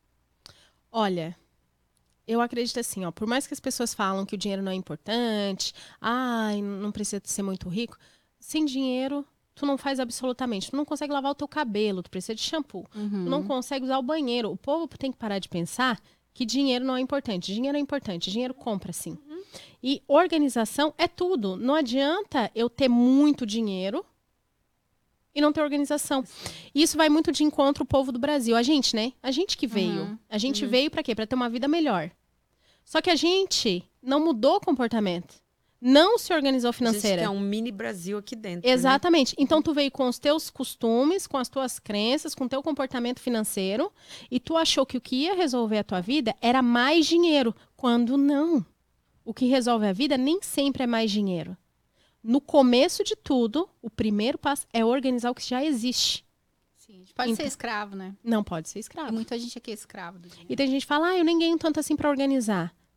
Olha, eu acredito assim, ó, por mais que as pessoas falam que o dinheiro não é importante, ai, não precisa ser muito rico, sem dinheiro, tu não faz absolutamente. Tu não consegue lavar o teu cabelo, tu precisa de shampoo. Tu não consegue usar o banheiro. O povo tem que parar de pensar que dinheiro não é importante. Dinheiro é importante, dinheiro compra sim. E organização é tudo. Não adianta eu ter muito dinheiro e não ter organização. Isso vai muito de encontro ao povo do Brasil. A gente, né? A gente que veio. Uhum. A gente veio pra quê? Pra ter uma vida melhor. Só que a gente não mudou o comportamento. Não se organizou A gente financeira. quer um mini Brasil aqui dentro. né? Exatamente. Então, tu veio com os teus costumes, com as tuas crenças, com o teu comportamento financeiro, e tu achou que o que ia resolver a tua vida era mais dinheiro, quando não. O que resolve a vida nem sempre é mais dinheiro. No começo de tudo, o primeiro passo é organizar o que já existe. Sim, a gente pode Então- ser escravo, né? Não pode ser E escravo. muita gente aqui é escravo do dinheiro. E tem gente que fala, ah, eu nem ganho tanto assim pra organizar.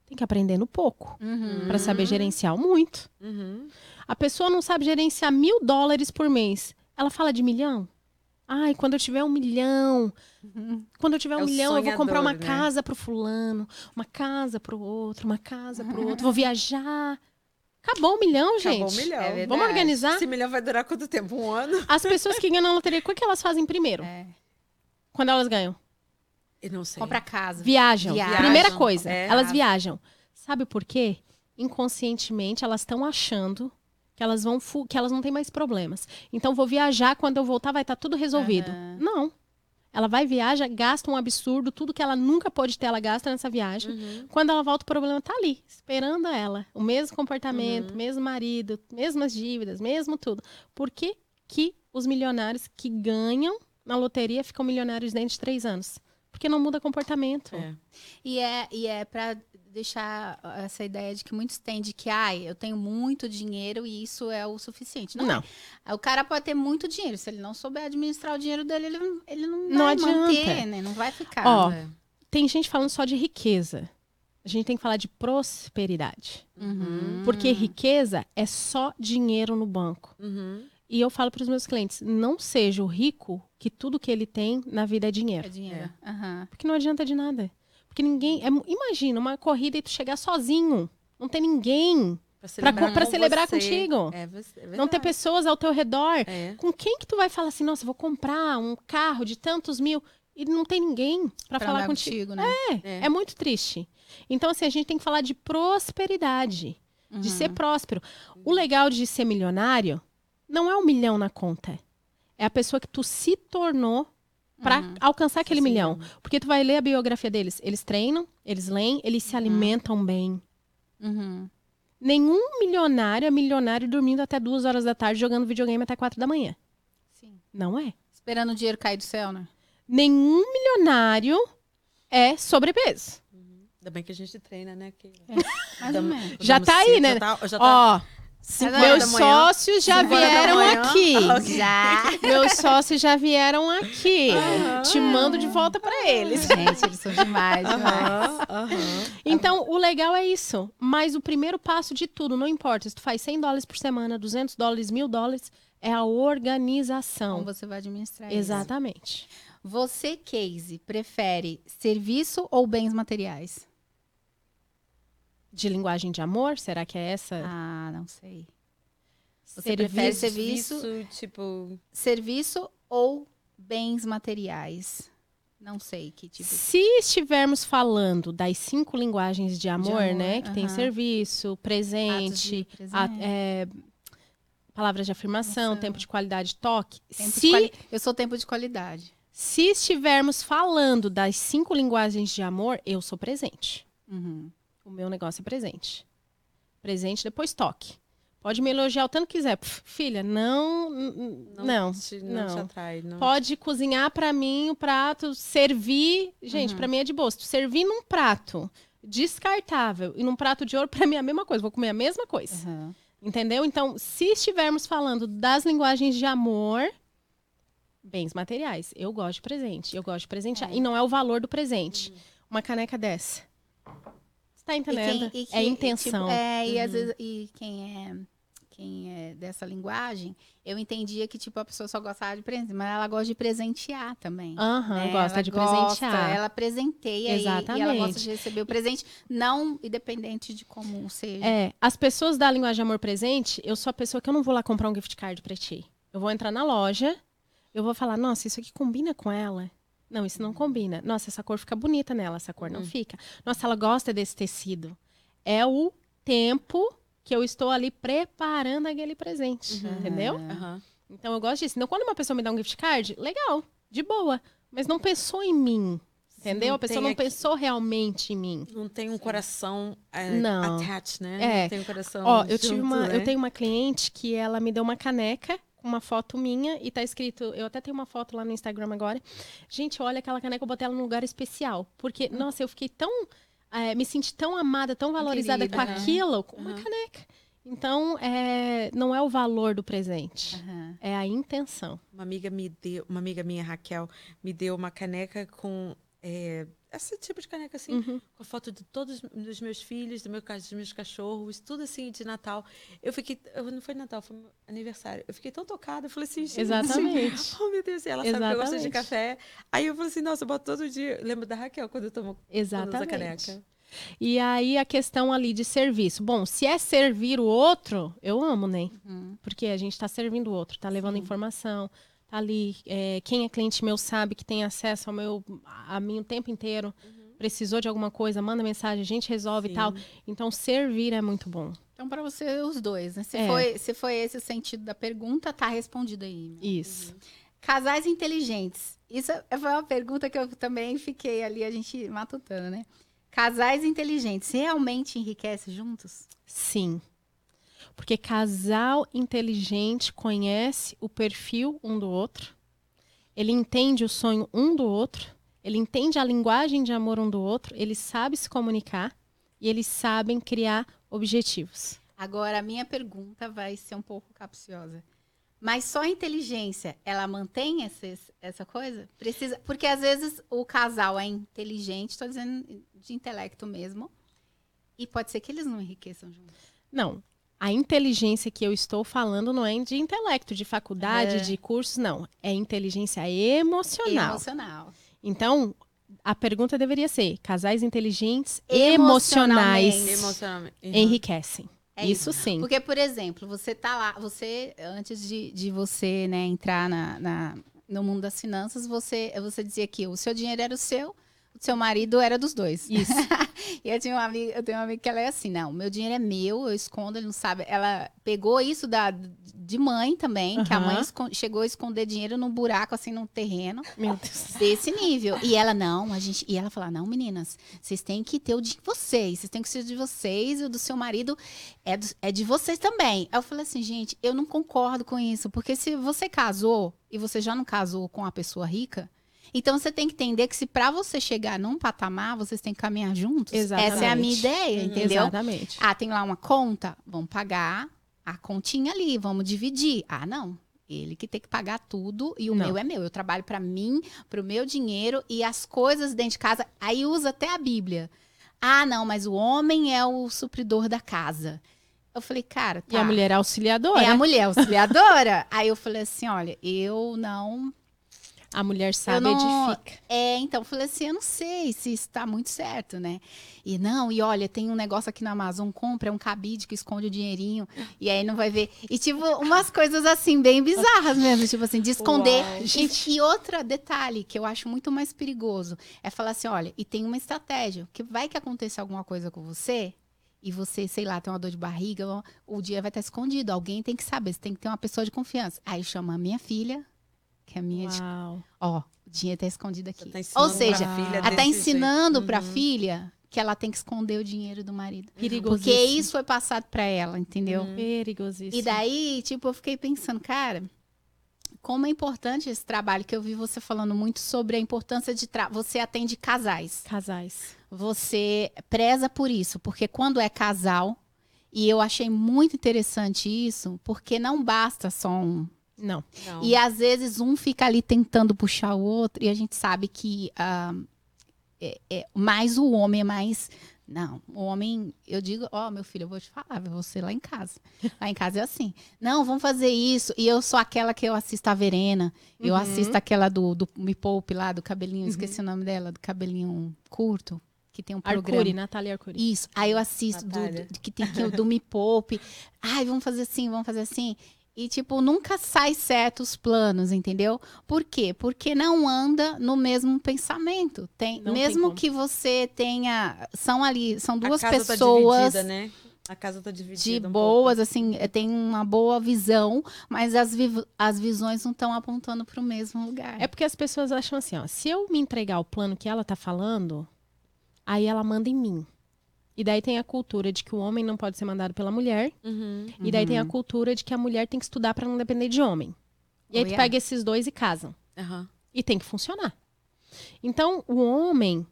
tem que aprender no pouco Uhum. para saber gerenciar o muito. Uhum. A pessoa não sabe gerenciar mil dólares por mês. Ela fala de milhão? Ai, quando eu tiver um milhão, Uhum. quando eu tiver É um o milhão, eu vou comprar uma sonhador, né? casa pro fulano, uma casa pro outro, uma casa pro outro, vou viajar. Acabou o milhão, gente. Acabou o milhão. É verdade. Vamos organizar? Esse milhão vai durar quanto tempo? Um ano? As pessoas que ganham na loteria, o que, é que elas fazem primeiro? É. Quando elas ganham? Eu não sei. Compra casa. Viajam. Viajam. Primeira coisa, É. elas viajam. Sabe por quê? Inconscientemente, elas estão achando que elas vão fu- que elas não têm mais problemas. Então, vou viajar, quando eu voltar vai estar tudo resolvido. Aham. Não. Ela vai, viaja, gasta um absurdo, tudo que ela nunca pôde ter, ela gasta nessa viagem. Uhum. Quando ela volta, o problema tá ali, esperando ela. O mesmo comportamento, Uhum. mesmo marido, mesmas dívidas, mesmo tudo. Por que, que os milionários que ganham na loteria ficam milionários dentro de três anos? Porque não muda comportamento. É. E é, e é para deixar essa ideia de que muitos têm de que, ai, eu tenho muito dinheiro e isso é o suficiente. Não, Não. é. O cara pode ter muito dinheiro. Se ele não souber administrar o dinheiro dele, ele, não- ele não, Não vai adianta. manter, né? Não vai ficar. Ó, É. Tem gente falando só de riqueza. A gente tem que falar de prosperidade. Uhum. Porque riqueza é só dinheiro no banco. Uhum. E eu falo para os meus clientes, não seja o rico que tudo que ele tem na vida é dinheiro. É dinheiro. Aham. Porque não adianta de nada. Porque ninguém... é- imagina, uma corrida e tu chegar sozinho. Não tem ninguém. Pra Pra, pra com celebrar você. contigo. É, você- é Não ter verdade. pessoas ao teu redor. É. Com quem que tu vai falar assim, nossa, vou comprar um carro de tantos mil e não tem ninguém pra, Pra falar andar contigo. contigo, né? É, É. é muito triste. Então, assim, a gente tem que falar de prosperidade, de ser próspero. O legal de ser milionário não é um milhão na conta. É a pessoa que tu se tornou pra alcançar aquele Sim. milhão. Porque tu vai ler a biografia deles. Eles treinam, eles leem, eles se alimentam bem. Uhum. Nenhum milionário é milionário dormindo até duas horas da tarde, jogando videogame até quatro da manhã. Sim. Não é. Esperando o dinheiro cair do céu, né? Nenhum milionário é sobrepeso. Ainda bem que a gente treina, né? Que... Mais ou menos. Já tá aí, né? Já tá, já tá Ó, cinco Mas horas meus da manhã. sócios já Cinco horas da vieram manhã. aqui. Ah, ok. Já. Meus sócios já vieram aqui. Te mando de volta pra eles. Gente, eles são demais, demais. Aham, aham. Então, o legal é isso. Mas o primeiro passo de tudo, não importa se tu faz cem dólares por semana, duzentos dólares, mil dólares, é a organização. Como você vai administrar isso? Exatamente. Você, Casey, prefere serviço ou bens materiais? De linguagem de amor, será que é essa? Ah, não sei. Você Serviço, prefere serviço, Serviço, tipo... serviço ou bens materiais? Não sei que tipo. Se estivermos falando das cinco linguagens de amor, amor, né? Que tem aham. serviço, Atos de presente, presente. a- é, palavras de afirmação, Afirmação. tempo de qualidade, toque. Tempo de Se, quali- Eu sou tempo de qualidade. se estivermos falando das cinco linguagens de amor, eu sou presente. Uhum. O meu negócio é presente. Presente, depois toque. Pode me elogiar o tanto que quiser. Pff, filha, não, n- n- não, te, não. te não. atrai. Não. Pode cozinhar pra mim o prato, servir. Gente, pra mim é de boa. Se tu servir num prato descartável e num prato de ouro, pra mim é a mesma coisa. Vou comer a mesma coisa. Uhum. Entendeu? Então, se estivermos falando das linguagens de amor, bens materiais. Eu gosto de presente. Eu gosto de presentear. E não é o valor do presente. Uma caneca dessa. Você tá entendendo? E quem- e é quem- intenção. tipo, é, e às vezes, e quem é, quem é dessa linguagem, eu entendia que, tipo, a pessoa só gostava de presente, mas ela gosta de presentear também. Aham, né? gosta Ela de gosta, presentear. Ela presenteia e- e, ela Exatamente. gosta de receber o presente, não independente de como seja. É, as pessoas da linguagem de amor presente, eu sou a pessoa que eu não vou lá comprar um gift card pra ti. Eu vou entrar na loja, eu vou falar, nossa, isso aqui combina com ela. Não, isso não combina. Nossa, essa cor fica bonita nela, essa cor não fica. Nossa, ela gosta desse tecido. É o tempo que eu estou ali preparando aquele presente, entendeu? Aham. Então eu gosto disso. Então quando uma pessoa me dá um gift card, legal, de boa. Mas não pensou em mim, entendeu? não A pessoa tem não aqui- pensou realmente em mim. Não tem um coração é, Não. attached, né? É. Não tem um coração Ó, eu tive junto, uma, né? eu tenho uma cliente que ela me deu uma caneca com uma foto minha e tá escrito, eu até tenho uma foto lá no Instagram agora. Gente, olha aquela caneca, eu botei ela num lugar especial, porque nossa, eu fiquei tão é, me senti tão amada, tão valorizada querida, com né? aquilo, com uma Aham. caneca. Então, é, não é o valor do presente, Aham. é a intenção. Uma amiga me deu, uma amiga minha, Raquel, me deu uma caneca com é, esse tipo de caneca assim, Uhum. com a foto de todos os meus filhos, do meu, ca- dos meus cachorros, tudo assim de Natal. Eu fiquei, eu, não foi Natal, foi meu aniversário. Eu fiquei tão tocada, eu falei assim, gente, Exatamente. oh meu Deus, e ela sabe que eu gosto de Exatamente. café. Aí eu falei assim, nossa, eu boto todo dia. Eu lembro da Raquel quando eu tomo quando usa Exatamente. caneca. E aí a questão ali de serviço. Bom, se é servir o outro, eu amo, né? Uhum. Porque a gente tá servindo o outro, tá levando Sim. informação, tá ali. é, quem é cliente meu sabe que tem acesso ao meu, a mim o tempo inteiro. Precisou de alguma coisa, manda mensagem, a gente resolve e Sim. tal. Então, servir é muito bom. Então, para você, os dois, né? Se, É. foi, se foi esse o sentido da pergunta, tá respondido aí. Né? Isso. Casais inteligentes. Isso foi uma pergunta que eu também fiquei ali, a gente matutando, né? Casais inteligentes realmente enriquecem juntos? Sim. Porque casal inteligente conhece o perfil um do outro, ele entende o sonho um do outro, ele entende a linguagem de amor um do outro, ele sabe se comunicar e eles sabem criar objetivos. Agora, a minha pergunta vai ser um pouco capciosa. Mas só a inteligência, ela mantém esses, essa coisa? Precisa, porque às vezes o casal é inteligente, estou dizendo de intelecto mesmo, e pode ser que eles não enriqueçam juntos. Não, a inteligência que eu estou falando não é de intelecto, de faculdade, É. de cursos, não. É inteligência emocional. Emocional. Então, a pergunta deveria ser: casais inteligentes Emocionalmente. emocionais Emocionalmente. Uhum. enriquecem. É isso sim. Porque, por exemplo, você tá lá, você, antes de, de você, né, entrar na, na- no mundo das finanças, você, você dizia que o seu dinheiro era o seu, o seu marido era dos dois. Isso. E eu tinha uma amiga, eu tenho uma amiga que ela é assim, não, meu dinheiro é meu, eu escondo, ele não sabe. Ela pegou isso da, de mãe também, que a mãe Aham. escon- chegou a esconder dinheiro num buraco, assim, num terreno. Meu Deus. Desse nível. E ela, não, a gente. E ela fala, não, meninas, vocês têm que ter o de vocês, vocês têm que ser de vocês, e o do seu marido é, do- é de vocês também. Aí eu falei assim, gente, eu não concordo com isso, porque se você casou e você já não casou com uma pessoa rica, então você tem que entender que se pra você chegar num patamar, vocês têm que caminhar juntos. Essa é a minha Exatamente. ideia, Uhum. entendeu? Exatamente. Ah, tem lá uma conta, vamos pagar a continha ali, vamos dividir. Ah, não. Ele que tem que pagar tudo e o Não. meu é meu. Eu trabalho pra mim, pro meu dinheiro e as coisas dentro de casa. Aí usa até a Bíblia. Ah, não, mas o homem é o supridor da casa. Eu falei, cara, tá. E a mulher auxiliadora. é a mulher auxiliadora. Aí eu falei assim, olha, eu não A mulher sabe, não- edifica. é, então, eu falei assim, eu não sei se isso tá muito certo, né? E não, e olha, tem um negócio aqui na Amazon, compra, é um cabide que esconde o dinheirinho, e aí não vai ver. E, tipo, umas coisas assim, bem bizarras mesmo, tipo assim, de esconder. Uau. E, e outro detalhe que eu acho muito mais perigoso é falar assim, olha, e tem uma estratégia, que vai que aconteça alguma coisa com você, e você, sei lá, tem uma dor de barriga, o dia vai estar escondido, alguém tem que saber, você tem que ter uma pessoa de confiança. Aí chama a minha filha, que é a minha de Uau. Ó, o dinheiro tá escondido aqui. Tá ensinando Ou seja, pra filha ela tá desse ensinando jeito. pra Uhum. filha que ela tem que esconder o dinheiro do marido. Perigosíssimo. Porque isso foi passado pra ela, entendeu? Uhum. Perigosíssimo. E daí, tipo, eu fiquei pensando, cara, como é importante esse trabalho, que eu vi você falando muito sobre a importância de... Tra... Você atende casais. Casais. Você preza por isso, porque quando é casal, e eu achei muito interessante isso, porque não basta só um... Não. Não. E às vezes um fica ali tentando puxar o outro, e a gente sabe que ah, é, é, mais o homem é mais. Não, o homem, eu digo, ó, meu filho, eu vou te falar, você lá em casa. Lá em casa é assim. Não, vamos fazer isso. E eu sou aquela que eu assisto a Verena, eu Uhum. assisto aquela do, do Me Poupe lá, do cabelinho, esqueci o nome dela, do cabelinho curto, que tem um programa. Arcuri, Natália Arcuri. Isso. Aí eu assisto do, Natália. do- que tem que o do Me Poupe. Ai, vamos fazer assim, vamos fazer assim. E, tipo, nunca sai certo os planos, entendeu? Por quê? Porque não anda no mesmo pensamento. Tem, Não tem mesmo como. que você tenha. São ali, são duas a casa pessoas Tá dividida, né? A casa tá dividida. de um boas, pouco. assim, eh, tem uma boa visão, mas as, vi- as visões não estão apontando para o mesmo lugar. É porque as pessoas acham assim, ó, se eu me entregar o plano que ela tá falando, aí ela manda em mim. E daí tem a cultura de que o homem não pode ser mandado pela mulher, Uhum. e daí tem a Uhum. cultura de que a mulher tem que estudar pra não depender de homem. E aí Oh, tu yeah. pega esses dois e casam. Aham. E tem que funcionar. Então, o homem,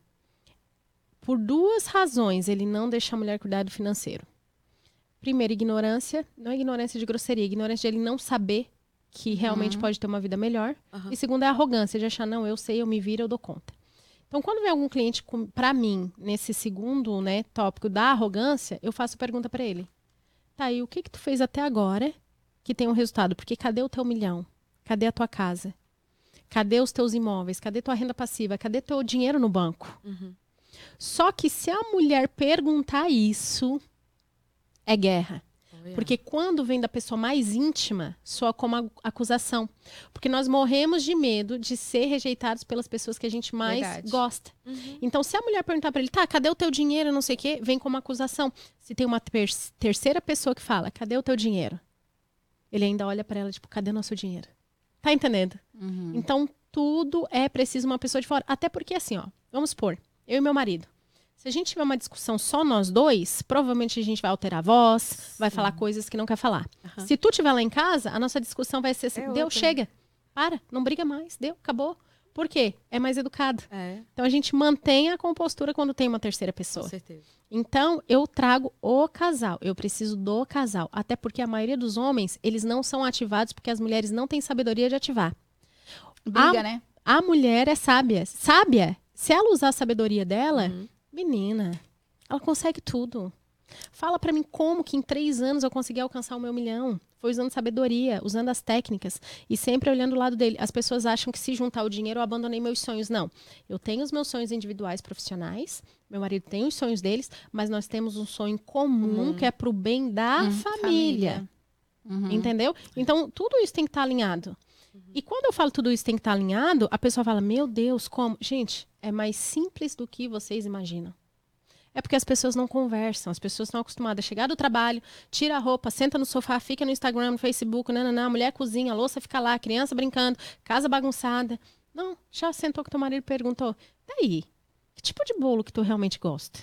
por duas razões, ele não deixa a mulher cuidar do financeiro. Primeiro, ignorância. Não é ignorância de grosseria, é ignorância de ele não saber que realmente Uhum. pode ter uma vida melhor. Aham. E segundo, é arrogância de achar, não, eu sei, eu me viro, eu dou conta. Então, quando vem algum cliente para mim, nesse segundo, né, tópico da arrogância, eu faço pergunta para ele. Tá, e o que que tu fez até agora que tem um resultado? Porque cadê o teu milhão? Cadê a tua casa? Cadê os teus imóveis? Cadê tua renda passiva? Cadê teu dinheiro no banco? Uhum. Só que se a mulher perguntar isso, é guerra. Porque quando vem da pessoa mais íntima, soa como acusação. Porque nós morremos de medo de ser rejeitados pelas pessoas que a gente mais Verdade. gosta. Uhum. Então, se a mulher perguntar pra ele, tá, cadê o teu dinheiro, não sei o quê, vem como acusação. Se tem uma ter terceira pessoa que fala, cadê o teu dinheiro? Ele ainda olha pra ela, tipo, cadê o nosso dinheiro? Tá entendendo? Uhum. Então, tudo é preciso uma pessoa de fora. Até porque, assim, ó, vamos supor, eu e meu marido. Se a gente tiver uma discussão só nós dois, provavelmente a gente vai alterar a voz, vai falar coisas que não quer falar. Uhum. Se tu estiver lá em casa, a nossa discussão vai ser assim, É deu, outra. chega, para, não briga mais, deu, acabou. Por quê? É mais educado. É, Então a gente mantém a compostura quando tem uma terceira com pessoa. certeza. Então eu trago o casal, eu preciso do casal. Até porque a maioria dos homens, eles não são ativados porque as mulheres não têm sabedoria de ativar. Briga, a, né? A mulher é sábia. Sábia, se ela usar a sabedoria dela, Uhum. menina, ela consegue tudo. Fala pra mim como que em três anos eu consegui alcançar o meu milhão. Foi usando sabedoria, usando as técnicas e sempre olhando o lado dele. As pessoas acham que se juntar o dinheiro eu abandonei meus sonhos. Não. Eu tenho os meus sonhos individuais profissionais, meu marido tem os sonhos deles, mas nós temos um sonho comum Uhum. que é pro bem da Hum, família. Uhum. Entendeu? Então, tudo isso tem que estar alinhado. E quando eu falo tudo isso tem que estar alinhado, a pessoa fala, meu Deus, como? Gente, é mais simples do que vocês imaginam. É porque as pessoas não conversam, as pessoas estão acostumadas a chegar do trabalho, tira a roupa, senta no sofá, fica no Instagram, no Facebook, nananã, a mulher cozinha, a louça fica lá, a criança brincando, casa bagunçada. Não, já sentou com teu marido e perguntou, daí, que tipo de bolo que tu realmente gosta?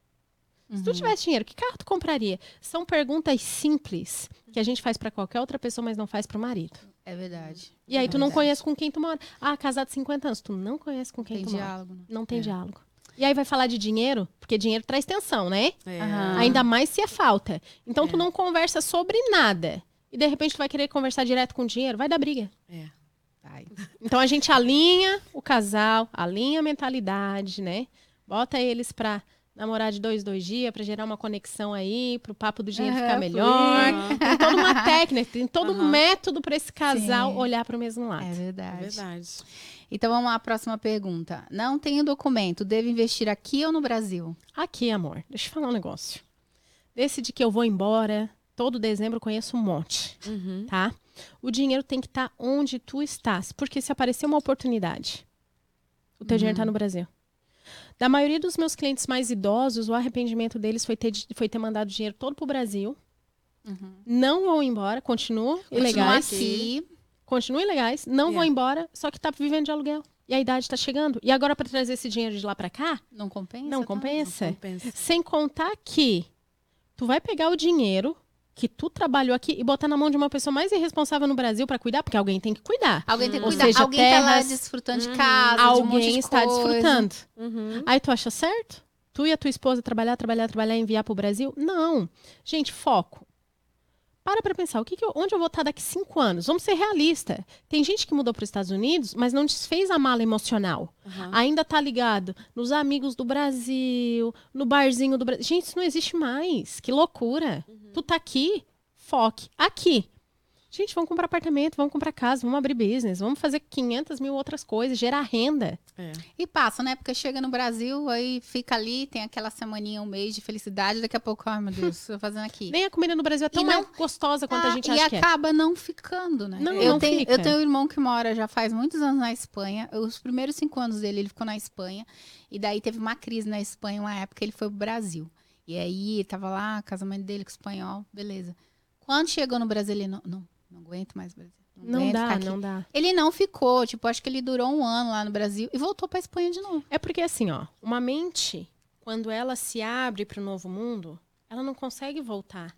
Se tu tivesse dinheiro, que carro tu compraria? São perguntas simples que a gente faz pra qualquer outra pessoa, mas não faz pro marido. É verdade. E aí É tu não verdade. conhece com quem tu mora. Ah, casado de cinquenta anos, tu não conhece com quem Tem tu mora. diálogo, né? Não tem É. diálogo. E aí vai falar de dinheiro, porque dinheiro traz tensão, né? É. Aham. Ainda mais se é falta. Então tu É. não conversa sobre nada. E de repente tu vai querer conversar direto com o dinheiro, vai dar briga. É. Vai. Então a gente alinha o casal, alinha a mentalidade, né? Bota eles pra namorar de dois, dois dias, pra gerar uma conexão aí, pro papo do dinheiro Aham, ficar melhor. Aham. Tem toda uma técnica, tem todo um Aham. método pra esse casal Sim. olhar pro mesmo lado. É É verdade. verdade. Então vamos lá, próxima pergunta. Não tenho documento, devo investir aqui ou no Brasil? Aqui, amor, deixa eu falar um negócio. Decidi que eu vou embora, todo dezembro eu conheço um monte, Uhum. tá? O dinheiro tem que estar onde tu estás, porque se aparecer uma oportunidade, o teu dinheiro tá no Brasil. Da maioria dos meus clientes mais idosos, o arrependimento deles foi ter, foi ter mandado dinheiro todo pro Brasil. Uhum. Não vão embora, continuam Continuar ilegais. aqui. Continuam ilegais, não vão Yeah. embora, só que tá vivendo de aluguel. E a idade tá chegando. E agora, para trazer esse dinheiro de lá para cá, Não compensa? não tá? compensa. Não compensa. Sem contar que tu vai pegar o dinheiro que tu trabalhou aqui e botar na mão de uma pessoa mais irresponsável no Brasil para cuidar, porque alguém tem que cuidar. Alguém tem que Ou cuidar. seja, Alguém tá lá terras- desfrutando de Uhum. casa, de um monte Alguém de está coisa. desfrutando. Uhum. Aí tu acha certo? Tu e a tua esposa trabalhar, trabalhar, trabalhar e enviar pro Brasil? Não. Gente, foco. Para pra pensar, o que que eu- onde eu vou estar daqui cinco anos? Vamos ser realista. Tem gente que mudou para os Estados Unidos, mas não desfez a mala emocional. Uhum. Ainda tá ligado nos amigos do Brasil, no barzinho do Brasil. Gente, isso não existe mais. Que loucura. Tu tá aqui, foque. Aqui. Gente, vamos comprar apartamento, vamos comprar casa, vamos abrir business, vamos fazer quinhentas mil outras coisas, gerar renda. É. E passa, né? Porque chega no Brasil, aí fica ali, tem aquela semaninha, um mês de felicidade, daqui a pouco, ai meu Deus, o que eu tô fazendo aqui? Nem a comida no Brasil é tão E não- mais gostosa quanto a Ah, gente e acha que é. acaba não ficando, né? Não, eu, não tenho, fica. eu tenho um irmão que mora já faz muitos anos na Espanha. Os primeiros cinco anos dele, ele ficou na Espanha. E daí teve uma crise na Espanha, uma época ele foi pro Brasil. E aí, ele tava lá, casamento dele com o espanhol, beleza. Quando chegou no Brasil, ele não, não, não aguento mais o Brasil. Não aguento dá, ficar aqui. não dá. Ele não ficou, tipo, acho que ele durou um ano lá no Brasil e voltou pra Espanha de novo. É porque assim, ó, uma mente, quando ela se abre para o novo mundo, ela não consegue voltar.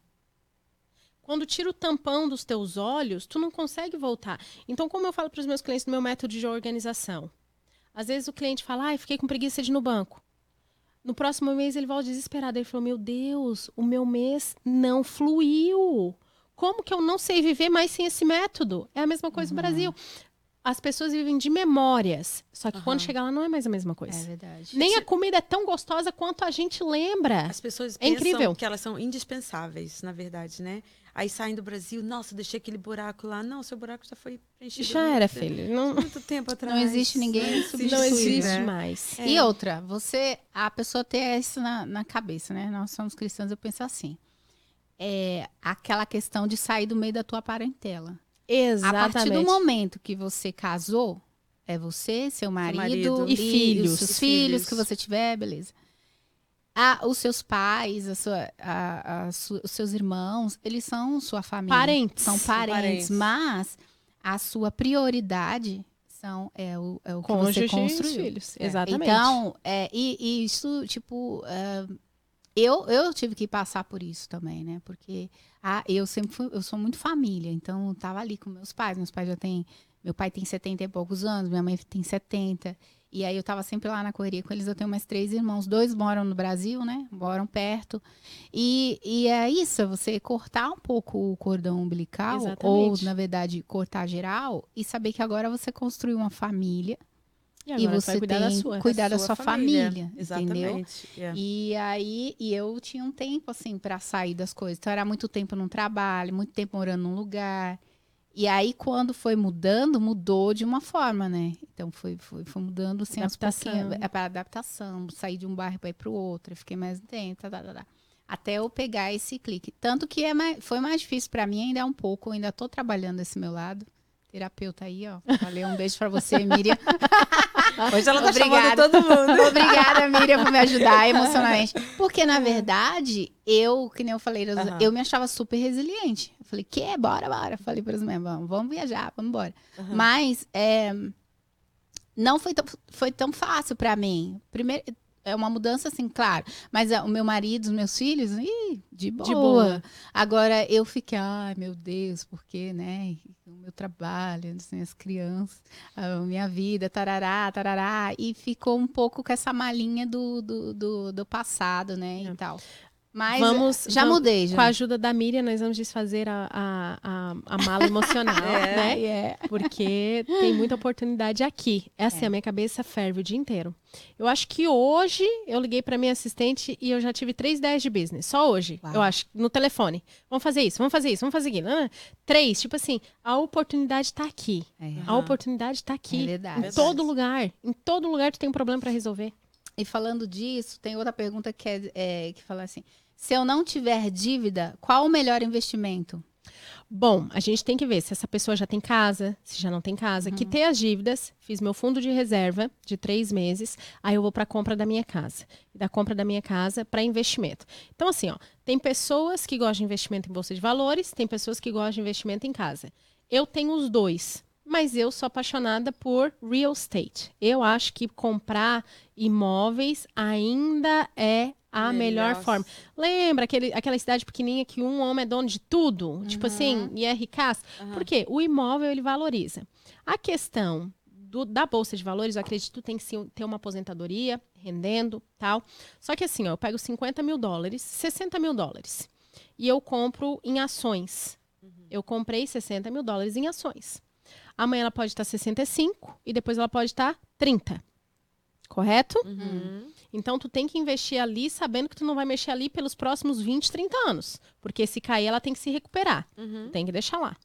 Quando tira o tampão dos teus olhos, tu não consegue voltar. Então, como eu falo para os meus clientes no meu método de organização, às vezes o cliente fala, ai, fiquei com preguiça de ir no banco. No próximo mês ele volta desesperado. Ele falou, meu Deus, o meu mês não fluiu. Como que eu não sei viver mais sem esse método? É a mesma coisa no Brasil. as pessoas vivem de memórias. Só que Aham. quando chega lá, não é mais a mesma coisa. É verdade. Nem a comida é tão gostosa quanto a gente lembra. As pessoas É pensam incrível. que elas são indispensáveis, na verdade, né? Aí saem do Brasil, nossa, deixei aquele buraco lá. Não, seu buraco já foi preenchido. Já há muito era, tempo- filho. Não, Muito tempo atrás. Não existe ninguém Não substituível, não existe né? mais. É. E outra, você, a pessoa ter isso na, na cabeça, né? Nós somos cristãos, eu penso assim. É aquela questão de sair do meio da tua parentela. Exatamente. A partir do momento que você casou, é você, seu marido, marido. E filhos. os E filhos filhos. que você tiver, beleza. Ah, os seus pais, a sua, a- a su- os seus irmãos, eles são sua família. Parentes. São parentes, parentes. mas a sua prioridade são, é, o, é o que Cônjuge você e os construiu. filhos. É. Exatamente. Então, é, e, e isso, tipo, é, eu, eu tive que passar por isso também, né? Porque ah, eu sempre fui, eu sou muito família, então eu tava ali com meus pais. Meus pais já têm, meu pai tem setenta e poucos anos, minha mãe tem setenta. E aí eu tava sempre lá na correria com eles. Eu tenho mais três irmãos, dois moram no Brasil, né? Moram perto. E, e é isso, é você cortar um pouco o cordão umbilical, ou, Exatamente. na verdade, cortar geral, e saber que agora você construiu uma família. E E, agora você vai cuidar tem da sua. cuidar da sua família, entendeu? Exatamente. é. E aí, e eu tinha um tempo, assim, pra sair das coisas. Então, era muito tempo num trabalho, muito tempo morando num lugar. E aí, quando foi mudando, mudou de uma forma, né? Então, foi, foi, foi mudando, assim, aos Adaptação. pouquinhos. É para adaptação, sair de um bairro para ir pro outro. Eu fiquei mais tempo, tá, tá, tá, tá. Até eu pegar esse clique. Tanto que é mais, foi mais difícil pra mim, ainda é um pouco. Eu ainda tô trabalhando esse meu lado. Terapeuta aí, ó. Valeu, um beijo pra você, Miriam. Hoje ela tá Obrigada. chamando todo mundo. Obrigada, Miriam, por me ajudar emocionalmente. Porque, na verdade, eu, que nem eu falei, eu, Aham. eu me achava super resiliente. Eu falei, que? Bora, bora. Falei para os meus, vamos, vamos viajar, vamos embora. Aham. Mas é, não foi tão, foi tão fácil para mim. Primeiro, é uma mudança, assim, claro. Mas é, o meu marido, os meus filhos, ih, de boa. De boa. Agora, eu fiquei, ai, meu Deus, porque, né? O meu trabalho, assim, as crianças, a minha vida, tarará, tarará. E ficou um pouco com essa malinha do, do, do, do passado, né? É. E tal. Mas Vamos- já vamos- mudei, já. Com a ajuda da Miriam, nós vamos desfazer a, a, a, a mala emocional, É, né? É. Porque tem muita oportunidade aqui. É assim, É. a minha cabeça ferve o dia inteiro. Eu acho que hoje eu liguei pra minha assistente e eu já tive três ideias de business. Só hoje. Uau. Eu acho, no telefone. Vamos fazer isso, vamos fazer isso, vamos fazer aquilo. Ah, Três, tipo assim, a oportunidade tá aqui. É. A oportunidade tá aqui. É verdade. Em Verdade. todo lugar. Em todo lugar tu tem um problema pra resolver. E falando disso, tem outra pergunta que é, é que fala assim: se eu não tiver dívida, qual o melhor investimento? Bom, a gente tem que ver se essa pessoa já tem casa, se já não tem casa. Uhum. Quitei as dívidas, fiz meu fundo de reserva de três meses, aí eu vou para a compra da minha casa. E da compra da minha casa para investimento. Então, assim, ó, tem pessoas que gostam de investimento em bolsa de valores, tem pessoas que gostam de investimento em casa. Eu tenho os dois, mas eu sou apaixonada por real estate. Eu acho que comprar imóveis ainda é a melhor, Melhor. forma. Lembra aquele, aquela cidade pequenininha que um homem é dono de tudo? Tipo assim, e é ricaço? Aham. Por quê? O imóvel, ele valoriza. A questão do- da Bolsa de Valores, eu acredito que tem que sim, ter uma aposentadoria, rendendo, tal. Só que assim, ó, eu pego cinquenta mil dólares, sessenta mil dólares, e eu compro em ações. Eu comprei sessenta mil dólares em ações. Amanhã ela pode estar sessenta e cinco e depois ela pode estar trinta. Correto? Uhum. Então, tu tem que investir ali sabendo que tu não vai mexer ali pelos próximos vinte, trinta anos. Porque se cair, ela tem que se recuperar. Uhum. Tem que deixar lá.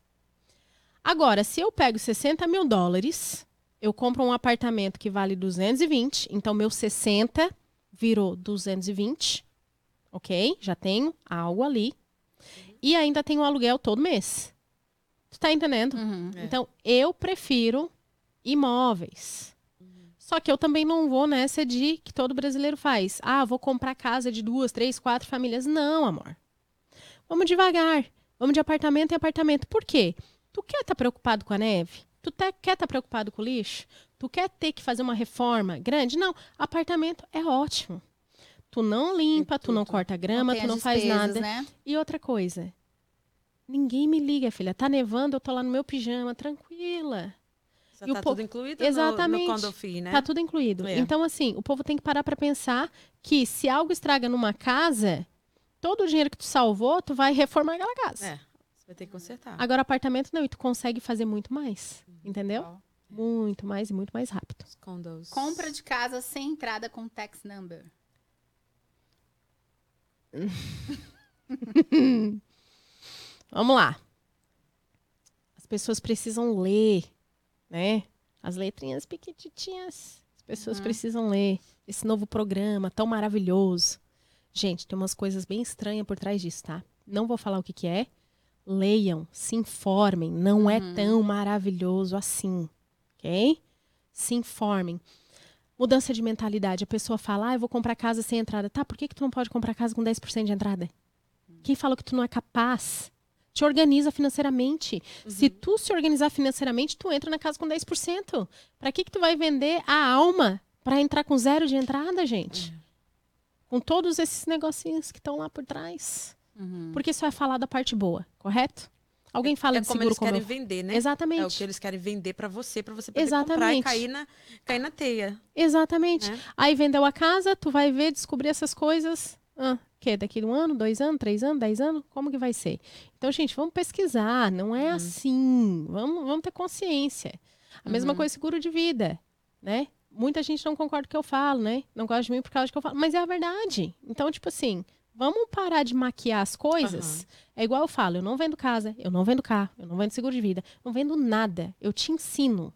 Agora, se eu pego sessenta mil dólares, eu compro um apartamento que vale duzentos e vinte. Então, meu sessenta virou duzentos e vinte. Ok? Já tenho algo ali. E ainda tenho o aluguel todo mês. Tu tá entendendo? Uhum. É. Então, eu prefiro imóveis. Só que eu também não vou nessa de que todo brasileiro faz. Ah, vou comprar casa de duas, três, quatro famílias. Não, amor. Vamos devagar. Vamos de apartamento em apartamento. Por quê? Tu quer estar preocupado com a neve? Tu te- quer estar preocupado com o lixo? Tu quer ter que fazer uma reforma grande? Não. Apartamento é ótimo. Tu não limpa, tu não tudo. corta grama, tem tu as não faz despesas, nada. né? E outra coisa. Ninguém me liga, filha. Tá nevando, eu tô lá no meu pijama, tranquila. Já E o tá po- tudo incluído Exatamente. no, no condo fee, né? Tá tudo incluído. É. Então, assim, o povo tem que parar pra pensar que se algo estraga numa casa, todo o dinheiro que tu salvou, tu vai reformar aquela casa. É, você vai ter que consertar. Agora, apartamento não, e tu consegue fazer muito mais. Entendeu? Muito mais e muito mais rápido. Os condos. Compra de casa sem entrada com tax number. Vamos lá. As pessoas precisam ler, né? As letrinhas pequititinhas. As pessoas Uhum. precisam ler esse novo programa tão maravilhoso. Gente, tem umas coisas bem estranhas por trás disso, tá? Não vou falar o que que é. Leiam, se informem. Não é Uhum. tão maravilhoso assim, ok? Se informem. Mudança de mentalidade. A pessoa fala, ah, eu vou comprar casa sem entrada. Tá, por que que tu não pode comprar casa com dez por cento de entrada? Quem falou que tu não é capaz? Te organiza financeiramente. Uhum. Se tu se organizar financeiramente, tu entra na casa com dez por cento. Pra que que tu vai vender a alma pra entrar com zero de entrada, gente? É. Com todos esses negocinhos que estão lá por trás. Uhum. Porque isso é falar da parte boa, correto? Alguém fala É de como seguro eles como querem eu... vender, né? Exatamente. É o que eles querem vender pra você, pra você poder Exatamente. comprar e cair na, cair na teia. Exatamente. Né? Aí vendeu a casa, tu vai ver, descobrir essas coisas. Ah, que daqui um ano, dois anos, três anos, dez anos? Como que vai ser? Então, gente, vamos pesquisar. Não é Uhum. assim. Vamos, vamos ter consciência. A mesma Uhum. coisa seguro de vida, né? Muita gente não concorda com o que eu falo, né? Não gosta de mim por causa do que eu falo. Mas é a verdade. Então, tipo assim, vamos parar de maquiar as coisas. É igual eu falo, eu não vendo casa, eu não vendo carro, eu não vendo seguro de vida, não vendo nada. Eu te ensino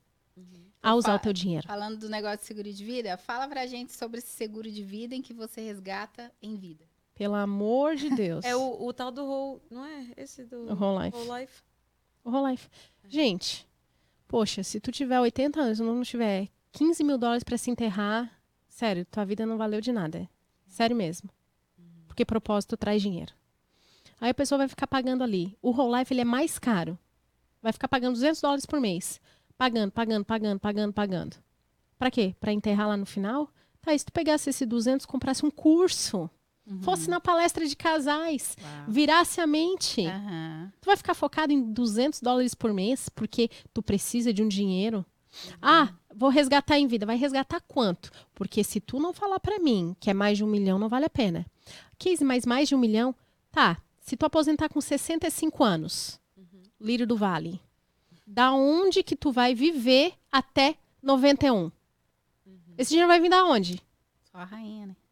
a usar o teu dinheiro. Falando do negócio de seguro de vida, fala pra gente sobre esse seguro de vida em que você resgata em vida. Pelo amor de Deus. É o, o tal do Whole, não é? Esse do O Whole Life. Whole Life. O Whole Life. Gente, poxa, se tu tiver oitenta anos e não tiver quinze mil dólares pra se enterrar, sério, tua vida não valeu de nada. Sério mesmo. Porque propósito traz dinheiro. Aí a pessoa vai ficar pagando ali. O Whole Life, ele é mais caro. Vai ficar pagando duzentos dólares por mês. Pagando, pagando, pagando, pagando, pagando. Pra quê? Pra enterrar lá no final? Tá, e se tu pegasse esse duzentos, comprasse um curso, Uhum. fosse na palestra de casais, Uau. virasse a mente. Aham. Tu vai ficar focado em duzentos dólares por mês porque tu precisa de um dinheiro? Ah, vou resgatar em vida. Vai resgatar quanto? Porque se tu não falar pra mim que é mais de um milhão, não vale a pena. Case, mas mais de um milhão? Tá, se tu aposentar com sessenta e cinco anos, Lírio do Vale, da onde que tu vai viver até noventa e um? Esse dinheiro vai vir da onde? Só a rainha, né?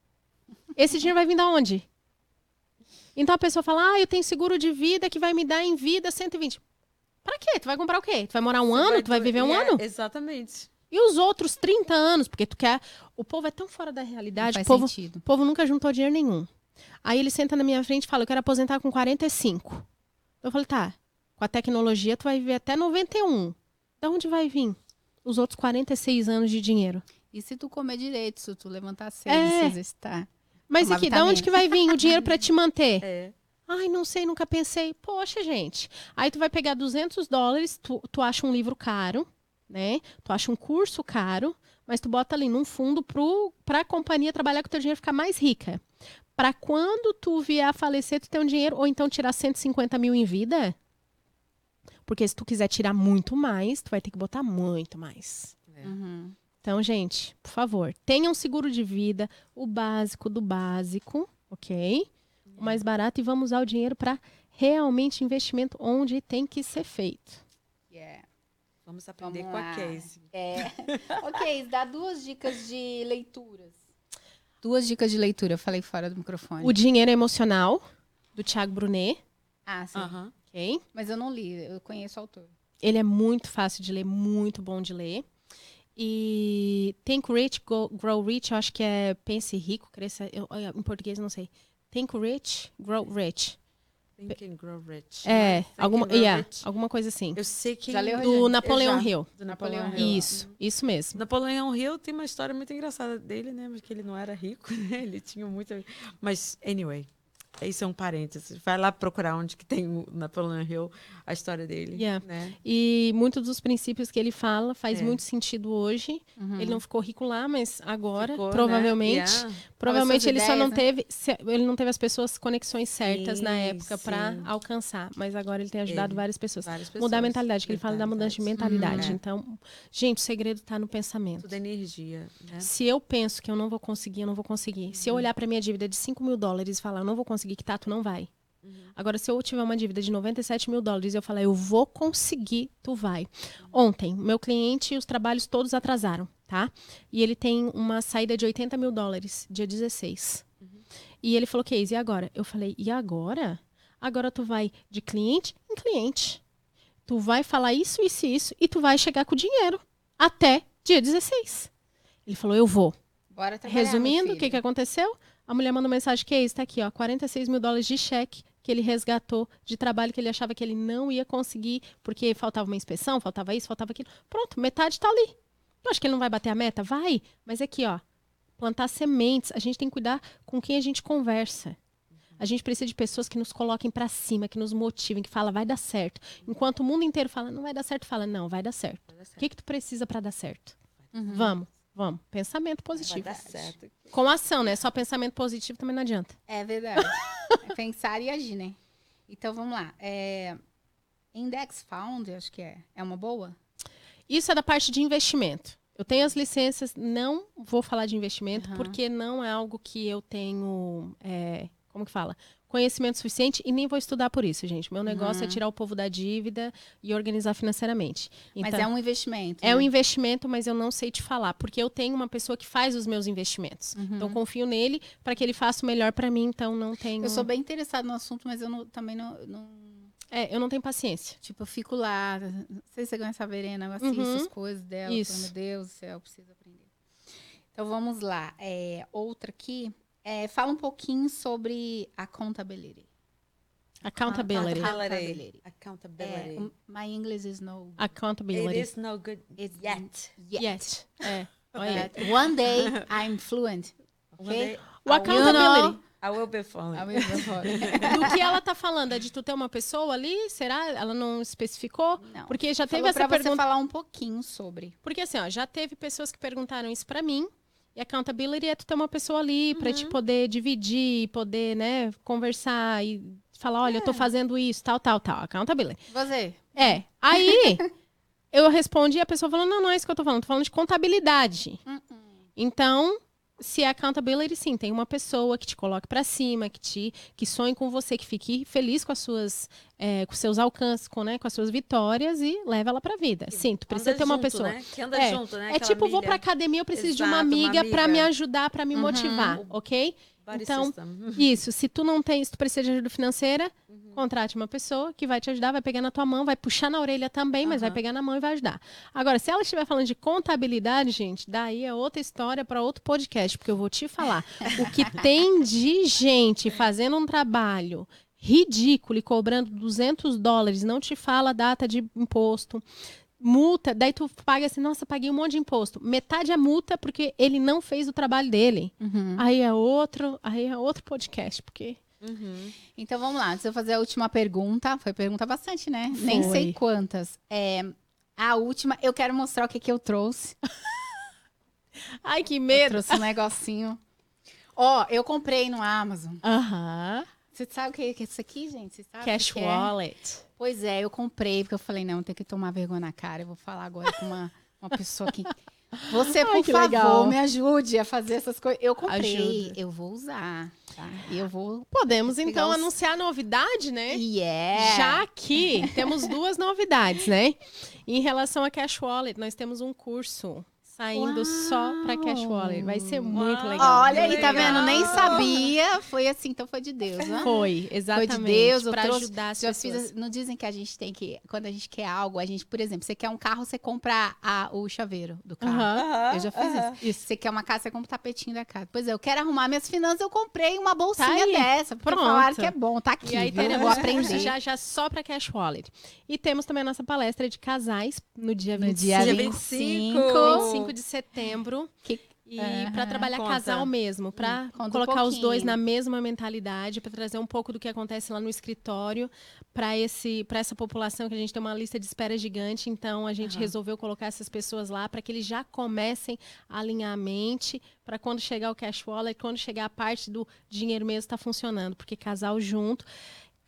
Esse dinheiro vai vir da onde? Então a pessoa fala, ah, eu tenho seguro de vida que vai me dar em vida cento e vinte. Pra quê? Tu vai comprar o quê? Tu vai morar um Você ano? Tu vai do- viver um é, ano? Exatamente. E os outros trinta anos? Porque tu quer... O povo é tão fora da realidade, Não o faz povo, sentido. o povo nunca juntou dinheiro nenhum. Aí ele senta na minha frente e fala, eu quero aposentar com quarenta e cinco. Eu falei, tá, com a tecnologia tu vai viver até noventa e um. Da onde vai vir os outros quarenta e seis anos de dinheiro? E se tu comer direito, se tu levantar cedo, É. se exercitar? Mas Tomar aqui, da onde vitamina. que vai vir o dinheiro pra te manter? É. Ai, não sei, nunca pensei. Poxa, gente. Aí tu vai pegar duzentos dólares, tu, tu acha um livro caro, né? Tu acha um curso caro, mas tu bota ali num fundo pro, pra companhia trabalhar com o teu dinheiro ficar mais rica. Pra quando tu vier a falecer, tu ter um dinheiro, ou então tirar cento e cinquenta mil em vida. Porque se tu quiser tirar muito mais, tu vai ter que botar muito mais. É. Uhum. Então, gente, por favor, tenha um seguro de vida, o básico do básico, ok? O mais barato, e vamos usar o dinheiro para realmente investimento onde tem que ser feito. Yeah. Vamos aprender Vamos com lá. a Casey. É. Ok, dá duas dicas de leituras. Duas dicas de leitura, eu falei fora do microfone. O Dinheiro Emocional, do Thiago Brunet, Ah, sim. Aham. ok? Mas eu não li, eu conheço o autor. Ele é muito fácil de ler, muito bom de ler. E Think Rich, Go- Grow Rich, eu acho que é Pense Rico, cresça, eu, eu- em português eu não sei. Think Rich, Grow Rich. Think and Grow Rich. É, né? Think alguma, and Grow yeah, Rich. alguma coisa assim. Eu sei que... Já leu, Do Rogério? Napoleão Eu já. Hill. Do Napoleão Napoleão Hill. Isso, isso mesmo. Napoleão Hill tem uma história muito engraçada dele, né? Porque ele não era rico, né? Ele tinha muita... Mas, anyway, isso é um parênteses. Vai lá procurar onde que tem o Napoleão Hill, a história dele, Yeah. né? E muitos dos princípios que ele fala faz É. muito sentido hoje. Uhum. Ele não ficou rico lá, mas agora, Ficou, né? provavelmente, Yeah. provavelmente suas ele só ideias, não né? teve, se- ele não teve as pessoas conexões certas na Sim, época para sim. alcançar, mas agora ele tem ajudado Ele, várias pessoas. Várias pessoas. Mudar a mentalidade, que ele fala da mudança de mentalidade. Uhum. Então, gente, o segredo está no pensamento. Tudo é energia, né? Se eu penso que eu não vou conseguir, eu não vou conseguir. Se eu olhar para minha dívida de cinco mil dólares e falar, eu não vou conseguir quitar, tu não vai. Agora, se eu tiver uma dívida de noventa e sete mil dólares e eu falar, eu vou conseguir, tu vai. Ontem, meu cliente, os trabalhos todos atrasaram, tá? E ele tem uma saída de oitenta mil dólares, dia dezesseis. Uhum. E ele falou, Casey, e agora? Eu falei, e agora? Agora tu vai de cliente em cliente. Tu vai falar isso, isso e isso, e tu vai chegar com o dinheiro até dia dezesseis. Ele falou, eu vou. Bora trabalhar, resumindo, o que, que aconteceu? A mulher mandou mensagem, que está aqui, ó, quarenta e seis mil dólares de cheque que ele resgatou de trabalho que ele achava que ele não ia conseguir, porque faltava uma inspeção, faltava isso, faltava aquilo. Pronto, metade tá ali. Eu acho que ele não vai bater a meta? Vai. Mas aqui, ó, plantar sementes. A gente tem que cuidar com quem a gente conversa. A gente precisa de pessoas que nos coloquem pra cima, que nos motivem, que falam, vai dar certo. Enquanto o mundo inteiro fala, não vai dar certo, fala, não, vai dar certo. Vai dar certo. O que que tu precisa pra dar certo? Uhum. Vamos. Vamos, pensamento positivo. Vai dar certo. Com ação, né? Só pensamento positivo também não adianta. É verdade. É pensar e agir, né? Então, vamos lá. É... Index Fund, acho que é. É uma boa? Isso é da parte de investimento. Eu tenho as licenças, não vou falar de investimento, Uhum. porque não é algo que eu tenho, é, como que fala? Conhecimento suficiente e nem vou estudar por isso, gente. Meu negócio Uhum. é tirar o povo da dívida e organizar financeiramente. Mas Então, é um investimento. É né? um investimento, mas eu não sei te falar, porque eu tenho uma pessoa que faz os meus investimentos. Uhum. Então, confio nele para que ele faça o melhor para mim, então não tenho... Eu sou bem interessada no assunto, mas eu não- também não, não- É, eu não tenho paciência. Tipo, eu fico lá. Não sei se você conhece a Verena, eu assisto Uhum. as coisas dela. Isso. Falo, meu Deus do céu, eu preciso aprender. Então, vamos lá. É, outra aqui. É, fala um pouquinho sobre accountability. Accountability. Accountability. Accountability. É, my English is no... Accountability. It is no good It's yet. Yes. É. Olha. But one day I'm fluent. One Okay? day O I will- accountability. I will be falling. I'm even fluent. Do que ela tá falando? É de tu ter uma pessoa ali? Será? Ela não especificou? Não. Porque já teve Falou essa pra você pergunta. falar um pouquinho sobre. Porque assim, ó, já teve pessoas que perguntaram isso pra mim. E accountability é tu ter uma pessoa ali pra te poder dividir, poder, né, conversar e falar, olha, eu tô fazendo isso, tal, tal, tal. Accountability. Você. É. Aí, eu respondi e a pessoa falou, não, não é isso que eu tô falando. Tô falando de contabilidade. Uh-uh. Então, se é accountability, sim, tem uma pessoa que te coloque pra cima, que te que sonhe com você, que fique feliz com as suas, é, com seus alcances, com, né, com as suas vitórias e leva ela pra vida. Sim, tu precisa Anda ter uma junto, pessoa. Né? Que anda É, junto, né? É Aquela tipo, vou milha. pra academia, eu preciso de uma Exato, uma amiga pra amiga. me ajudar, pra me Uhum. motivar, ok? Body Então, system. isso, se tu não tem, se tu precisa de ajuda financeira, contrate uma pessoa que vai te ajudar, vai pegar na tua mão, vai puxar na orelha também, mas vai Aham. pegar na mão e vai ajudar. Agora, se ela estiver falando de contabilidade, gente, daí é outra história para outro podcast, porque eu vou te falar. O que tem de gente fazendo um trabalho ridículo e cobrando duzentos dólares, não te fala a data de imposto, multa, daí tu paga assim, nossa, paguei um monte de imposto. Metade é multa porque ele não fez o trabalho dele. Uhum. Aí é outro, aí é outro podcast, porque Uhum. Então vamos lá, deixa eu fazer a última pergunta. Foi pergunta bastante, né? Nem Foi. sei quantas. É, a última, eu quero mostrar o que, que eu trouxe. ai, que Eu medo. trouxe um negocinho. Ó, eu comprei no Amazon. Aham. Você sabe o que que é isso aqui, gente? Você sabe o Cash que que é? wallet. Pois é, eu comprei, porque eu falei, não, tem que tomar vergonha na cara. Eu vou falar agora com uma, uma pessoa que... Você, Ai, por que favor, legal. me ajude a fazer essas coisas. Eu comprei, Ajuda. eu vou usar, tá? E eu vou... Podemos Pegar então os- anunciar a novidade, né? E é... Já que temos duas novidades, né? Em relação a Cash Wallet, nós temos um curso saindo só para Cash Wallet. Vai ser muito Uau. legal. Olha aí, tá Legal. vendo? Nem sabia. Foi assim, então foi de Deus, né? Foi, Foi exatamente. de Deus, eu para trouxe- ajudar as Já pessoas. fiz, não dizem que a gente tem que, quando a gente quer algo, a gente, por exemplo, você quer um carro, você compra a, o chaveiro do carro. Aham. Eu já fiz Aham. isso. Isso. Você quer uma casa, você compra o tapetinho da casa. Pois é, eu quero arrumar minhas finanças, eu comprei uma bolsinha Tá aí. dessa. Porque Pronto. falaram que é bom, tá aqui, E aí viu? Eu teremos vou um curso aprender. já já só para Cash Wallet. E temos também a nossa palestra de casais no dia No vinte e dia cinco. Dia vinte e cinco. vinte e cinco de setembro. Que- E Aham. para trabalhar Conta. casal mesmo, para Hum, conta um colocar os dois pouquinho. na mesma mentalidade, para trazer um pouco do que acontece lá no escritório para esse para essa população que a gente tem uma lista de espera gigante, então a gente Aham. resolveu colocar essas pessoas lá para que eles já comecem a alinhar a mente para quando chegar o cash wallet, quando chegar a parte do dinheiro mesmo tá funcionando, porque casal junto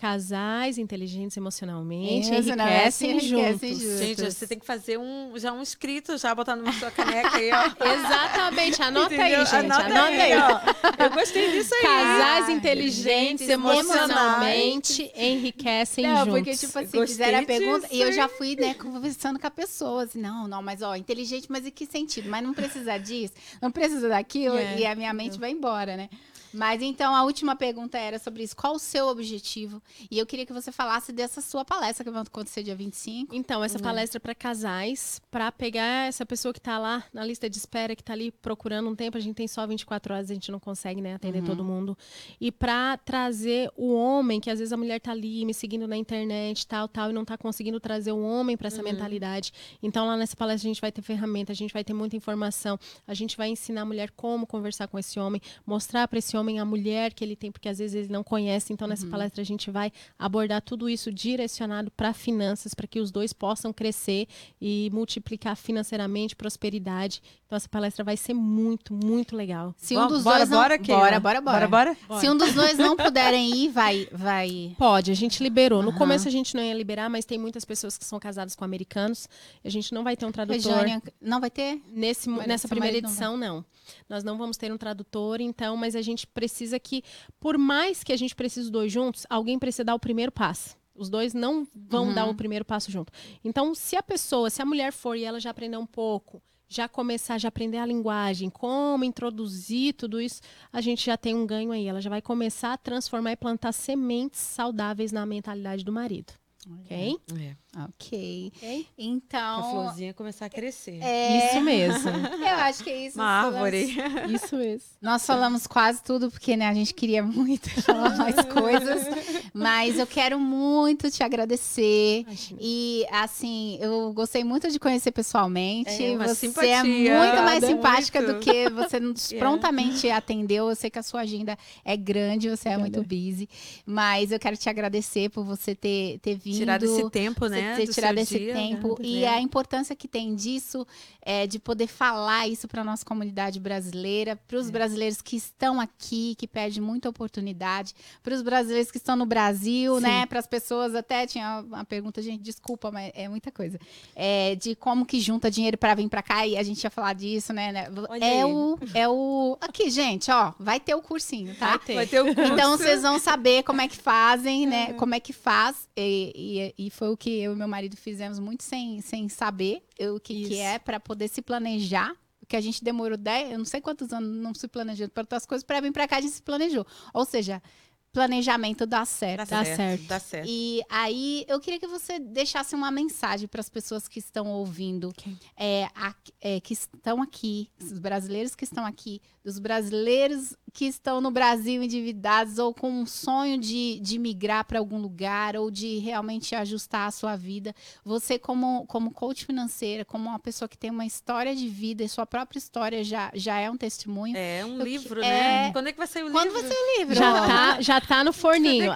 Casais inteligentes emocionalmente Isso, não, é assim, enriquecem juntos. enriquecem juntos. Gente, você tem que fazer um, já um escrito, já botar na sua caneca aí, ó. Exatamente, anota Entendeu? aí, gente. Anota Anota, aí, aí. ó. Eu gostei disso aí. Casais Ah, inteligentes gente, emocionalmente enriquecem Não, juntos. porque, tipo assim, Gostei fizeram a pergunta disso, e eu hein? já fui, né, conversando com a pessoa. Assim, não, não, mas ó, inteligente, mas em que sentido? Mas não precisa disso, não precisa daquilo, É, e a minha mente vai embora, né? Mas então a última pergunta era sobre isso. Qual o seu objetivo? E eu queria que você falasse dessa sua palestra que vai acontecer dia vinte e cinco. Então, essa palestra para casais, para pegar essa pessoa que está lá na lista de espera, que está ali procurando um tempo, a gente tem só vinte e quatro horas, a gente não consegue, né, atender Uhum. todo mundo. E para trazer o homem, que às vezes a mulher tá ali me seguindo na internet, tal, tal, e não tá conseguindo trazer o homem para essa Uhum. mentalidade. Então, lá nessa palestra a gente vai ter ferramenta, a gente vai ter muita informação, a gente vai ensinar a mulher como conversar com esse homem, mostrar para esse homem a mulher que ele tem, porque às vezes ele não conhece. Então, nessa Uhum. palestra a gente vai abordar tudo isso direcionado para finanças, para que os dois possam crescer e multiplicar financeiramente, prosperidade. Então, essa palestra vai ser muito, muito legal. Se um Vamos- dos bora, dois não... bora, Keila. bora, bora, bora. Bora, bora? Se um dos dois não puderem ir, vai, vai. Pode, a gente liberou. No Aham. começo a gente não ia liberar, mas tem muitas pessoas que são casadas com americanos. A gente não vai ter um tradutor. Rejane, não vai ter? Nesse, Mas nessa seu primeira marido não edição, não. Nós não vamos ter um tradutor, então, mas a gente precisa que, por mais que a gente precise os dois juntos, alguém precisa dar o primeiro passo. Os dois não vão Uhum. dar o primeiro passo junto. Então, se a pessoa, se a mulher for e ela já aprender um pouco, já começar, já aprender a linguagem, como introduzir tudo isso, a gente já tem um ganho aí. Ela já vai começar a transformar e plantar sementes saudáveis na mentalidade do marido. Ok? É. Ok. Ok? A Então, florzinha começar a crescer. é, Isso mesmo. eu acho que é isso. Uma nós árvore. falamos- Isso mesmo. Nós falamos quase tudo, porque né, a gente queria muito falar mais coisas. Mas eu quero muito te agradecer. Imagina. E, assim, eu gostei muito de conhecer pessoalmente. É, uma você simpatia. é muito mais Obrigada. simpática Muito. do que você nos Yeah. prontamente atendeu. Eu sei que a sua agenda é grande, você é Obrigada. muito busy. Mas eu quero te agradecer por você ter, ter vindo. Tirado esse tempo, Você né? ter do tirado seu esse dia, tempo né? e É. a importância que tem disso, é, de poder falar isso para nossa comunidade brasileira, para os É. brasileiros que estão aqui, que perdem muita oportunidade, para os brasileiros que estão no Brasil, Sim. né? Para as pessoas, até tinha uma pergunta, gente, desculpa, mas é muita coisa, é, de como que junta dinheiro para vir para cá, e a gente ia falar disso, né? né? Olha É aí. o, é o, aqui, gente, ó, vai ter o cursinho, tá? Vai ter. Vai ter o curso. Então vocês vão saber como é que fazem, né? Como é que faz. E, e, e foi o que eu e meu marido fizemos muito sem, sem saber o que, que Isso. é para poder se planejar. Porque a gente demorou dez, eu não sei quantos anos não se planejando para outras coisas, para vir para cá a gente se planejou. Ou seja, planejamento dá certo. Dá certo. Dá certo. E aí, eu queria que você deixasse uma mensagem para as pessoas que estão ouvindo, Ok. é, a- é, que estão aqui, os brasileiros que estão aqui, dos brasileiros que estão no Brasil endividados ou com um sonho de, de migrar para algum lugar ou de realmente ajustar a sua vida. Você, como, como coach financeira, como uma pessoa que tem uma história de vida e sua própria história já, já é um testemunho. É um Eu livro, que- né? é. Quando é que vai sair o Quando livro? você o livro? Já tá, já tá no forninho.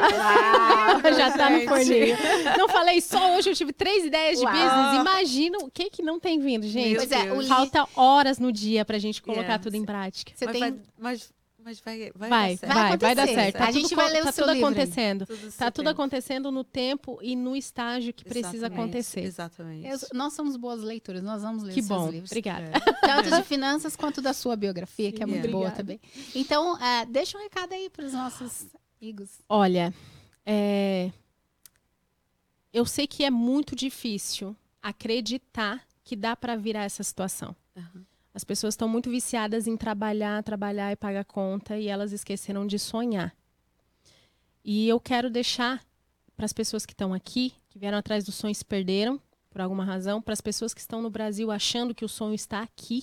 já tá no gente. forninho. Não falei só hoje, eu tive três ideias de Uau. business. Imagina o que que não tem vindo, gente. Pois é, Deus. o li- Falta horas no dia pra gente colocar Yeah. tudo em prática. Você mas, tem... vai, mas, mas vai, vai, Vai, dar certo. vai, vai dar acontecer. certo. A Tá gente tudo vai co- ler o tá seu tudo livro. acontecendo. Tudo no Tá seu tudo tempo. acontecendo no tempo e no estágio que precisa Exatamente, acontecer. Exatamente. Eu- nós somos boas leitoras, nós vamos ler Que os seus bom. livros. Obrigada. Tanto de finanças quanto da sua biografia, que é Sim, muito boa obrigada. também. Então, é, deixa um recado aí para os nossos amigos. Olha, é, eu sei que é muito difícil acreditar que dá para virar essa situação. Aham. As pessoas estão muito viciadas em trabalhar, trabalhar e pagar conta e elas esqueceram de sonhar. E eu quero deixar para as pessoas que estão aqui, que vieram atrás do sonho e se perderam por alguma razão, para as pessoas que estão no Brasil achando que o sonho está aqui.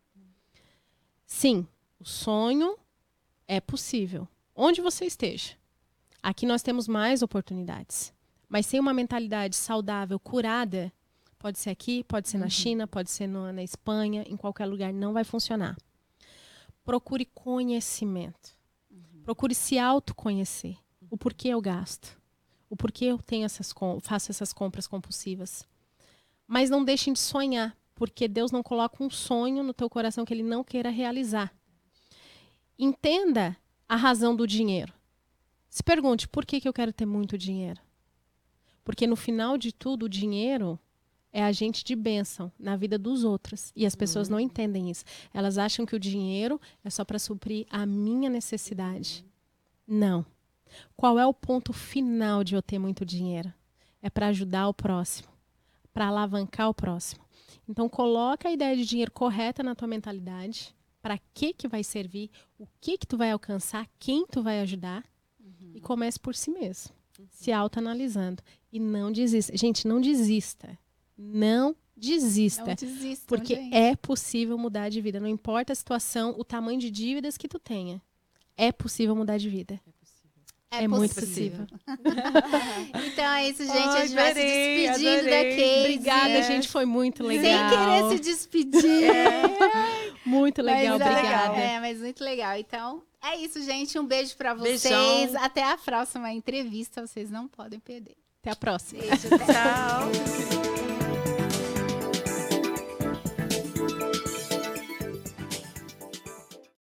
Sim, o sonho é possível. Onde você esteja. Aqui nós temos mais oportunidades. Mas sem uma mentalidade saudável, curada, pode ser aqui, pode ser na China, pode ser no, na Espanha, em qualquer lugar, não vai funcionar. Procure conhecimento. Procure se autoconhecer. O porquê eu gasto. O porquê eu tenho essas com- faço essas compras compulsivas. Mas não deixem de sonhar, porque Deus não coloca um sonho no teu coração que Ele não queira realizar. Entenda a razão do dinheiro. Se pergunte, por que, que eu quero ter muito dinheiro? Porque no final de tudo, o dinheiro é agente de bênção na vida dos outros. E as pessoas uhum. não entendem isso. Elas acham que o dinheiro é só para suprir a minha necessidade. Não. Qual é o ponto final de eu ter muito dinheiro? É para ajudar o próximo, para alavancar o próximo. Então, coloca a ideia de dinheiro correta na tua mentalidade. Para que que vai servir? O que que tu vai alcançar? Quem tu vai ajudar? Uhum. E comece por si mesmo, uhum. se autoanalisando. E não desista. Gente, não desista. Não desista. Não desistam, porque gente. É possível mudar de vida. Não importa a situação, o tamanho de dívidas que tu tenha. É possível mudar de vida. É, é muito possível. Então é isso, gente. Ai, a gente vai adorei, se despedindo adorei. da Kate. Obrigada, é. gente. Foi muito legal. Sem querer se despedir. É. Muito legal, mas obrigada. É, é, mas muito legal. Então, é isso, gente. Um beijo pra vocês. Beijão. Até a próxima entrevista. Vocês não podem perder. Até a próxima. Beijo, até. Tchau.